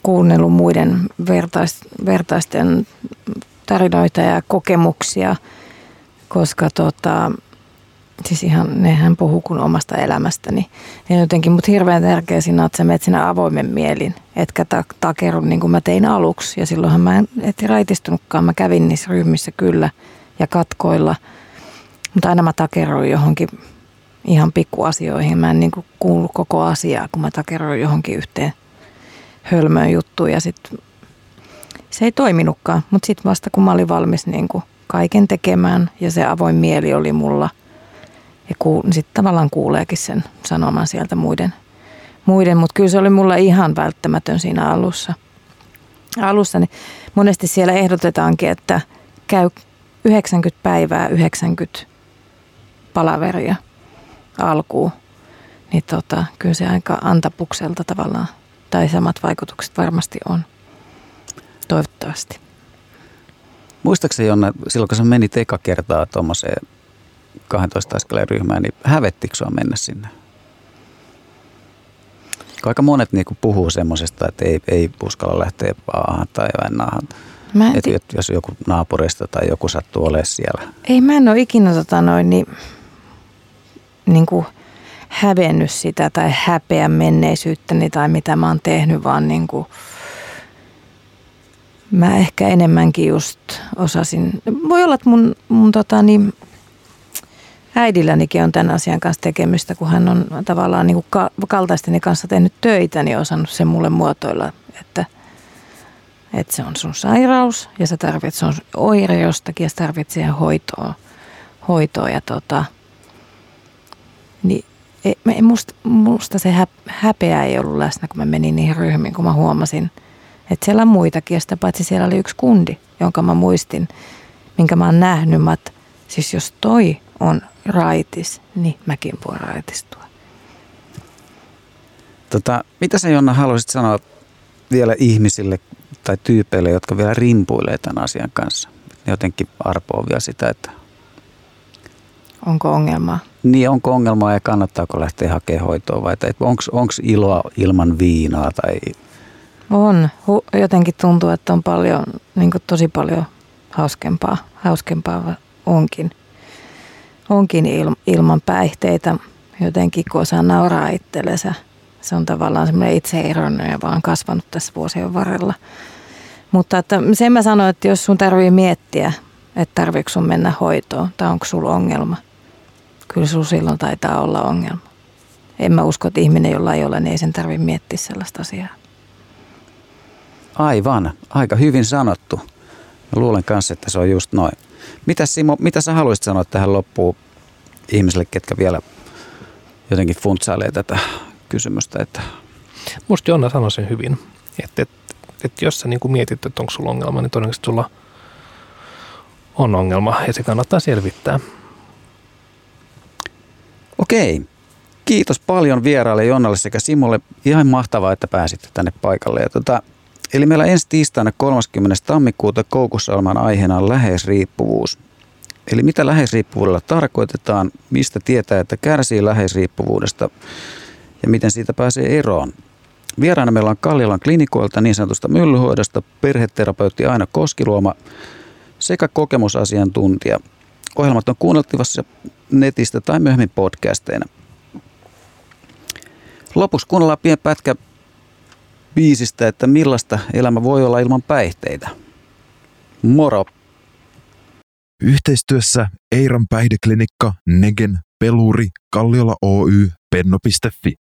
kuunnellut muiden vertaisten tarinoita ja kokemuksia, koska siis ihan nehän puhuu kuin omasta elämästäni. Ja jotenkin mut hirveän tärkeä siinä on, että sä menet sinä avoimen mielin, etkä takeru niin kuin mä tein aluksi. Ja silloinhan mä en raitistunutkaan, mä kävin niissä ryhmissä kyllä ja katkoilla, mutta aina mä takeruin johonkin ihan pikkuasioihin. Mä en niin kuin kuullut koko asiaa, kun mä takeruin johonkin yhteen hölmöön juttuun ja sitten se ei toiminutkaan. Mutta sitten vasta kun mä olin valmis niin kuin kaiken tekemään ja se avoin mieli oli mulla ja sitten tavallaan kuuleekin sen sanoman sieltä muiden. Mutta kyllä se oli mulla ihan välttämätön siinä alussa niin monesti siellä ehdotetaankin, että käy 90 päivää, 90 palaveria alkuun. Niin kyllä se aika antapukselta tavallaan, tai samat vaikutukset varmasti on. Toivottavasti. Muistaakseni Jonna, silloin kun sä menit eka kertaa tuommoiseen 12 askeleen ryhmään, niin hävettikö sua mennä sinne? Aika monet niinku puhuu semmoisesta, että ei uskalla lähteä paahan tai vennaahan. Jos joku naapurista tai joku sattuu olemaan siellä. Ei, mä en ole ikinä niinku hävennyt sitä tai häpeä menneisyyttäni tai mitä mä oon tehnyt, vaan niinku mä ehkä enemmänkin just osasin. Voi olla, että mun äidillänikin on tämän asian kanssa tekemistä, kun hän on tavallaan niin kuin kaltaisteni kanssa tehnyt töitä, niin osannut sen mulle muotoilla, että se on sun sairaus ja sä tarvitset, se on oire jostakin ja sä tarvitset siihen hoitoa ja niin musta se häpeä ei ollut läsnä, kun mä menin niihin ryhmiin, kun mä huomasin, että siellä on muitakin ja sitä paitsi siellä oli yksi kundi, jonka mä muistin, minkä mä oon nähnyt, siis jos toi on raitis, niin mäkin voin raitistua. Mitä sä Jonna haluaisit sanoa vielä ihmisille tai tyypeille, jotka vielä rimpuilee tämän asian kanssa? Ne jotenkin arpoo vielä sitä, että onko ongelmaa? Niin, onko ongelmaa ja kannattaako lähteä hakemaan hoitoa vai onko iloa ilman viinaa? Tai on. Jotenkin tuntuu, että on paljon, niin kuin tosi paljon hauskempaa onkin ilman päihteitä. Jotenkin kun osaa nauraa itsellensä. Se on tavallaan semmoinen itseironia, vaan kasvanut tässä vuosien varrella. Mutta että sen mä sanoin, että jos sun tarvii miettiä, että tarviiko sun mennä hoitoon tai onko sulla ongelma, kyllä sulla silloin taitaa olla ongelma. En mä usko, että ihminen, jolla ei ole, niin ei sen tarvitse miettiä sellaista asiaa. Aivan. Aika hyvin sanottu. Mä luulen kanssa, että se on just noin. Mitäs Simo, mitä sä haluaisit sanoa tähän loppuun ihmisille, ketkä vielä jotenkin funtsailee tätä kysymystä? Että musta Jonna sanoi sen hyvin, että jos sä niin kuin mietit, että onko sulla ongelma, niin todennäköisesti sulla on ongelma ja se kannattaa selvittää. Okei. Kiitos paljon vieraille Jonnalle sekä Simolle. Ihan mahtavaa, että pääsitte tänne paikalle. Ja eli meillä ensi tiistaina 30. tammikuuta Koukussa-ohjelman aiheena on läheisriippuvuus. Eli mitä läheisriippuvuudella tarkoitetaan, mistä tietää, että kärsii läheisriippuvuudesta ja miten siitä pääsee eroon. Vieraana meillä on Kalliolan klinikoilta niin sanotusta myllyhoidosta perheterapeutti Aino Koskiluoma sekä kokemusasiantuntija. Ohjelmat on kuunneltavissa netistä tai myöhemmin podcasteina. Lopuksi kuunnellaan pieni pätkä biisistä, että millaista elämä voi olla ilman päihteitä. Moro! Yhteistyössä Eiran päihdeklinikka, Negen, Peluri, Kalliola Oy, Penno.fi.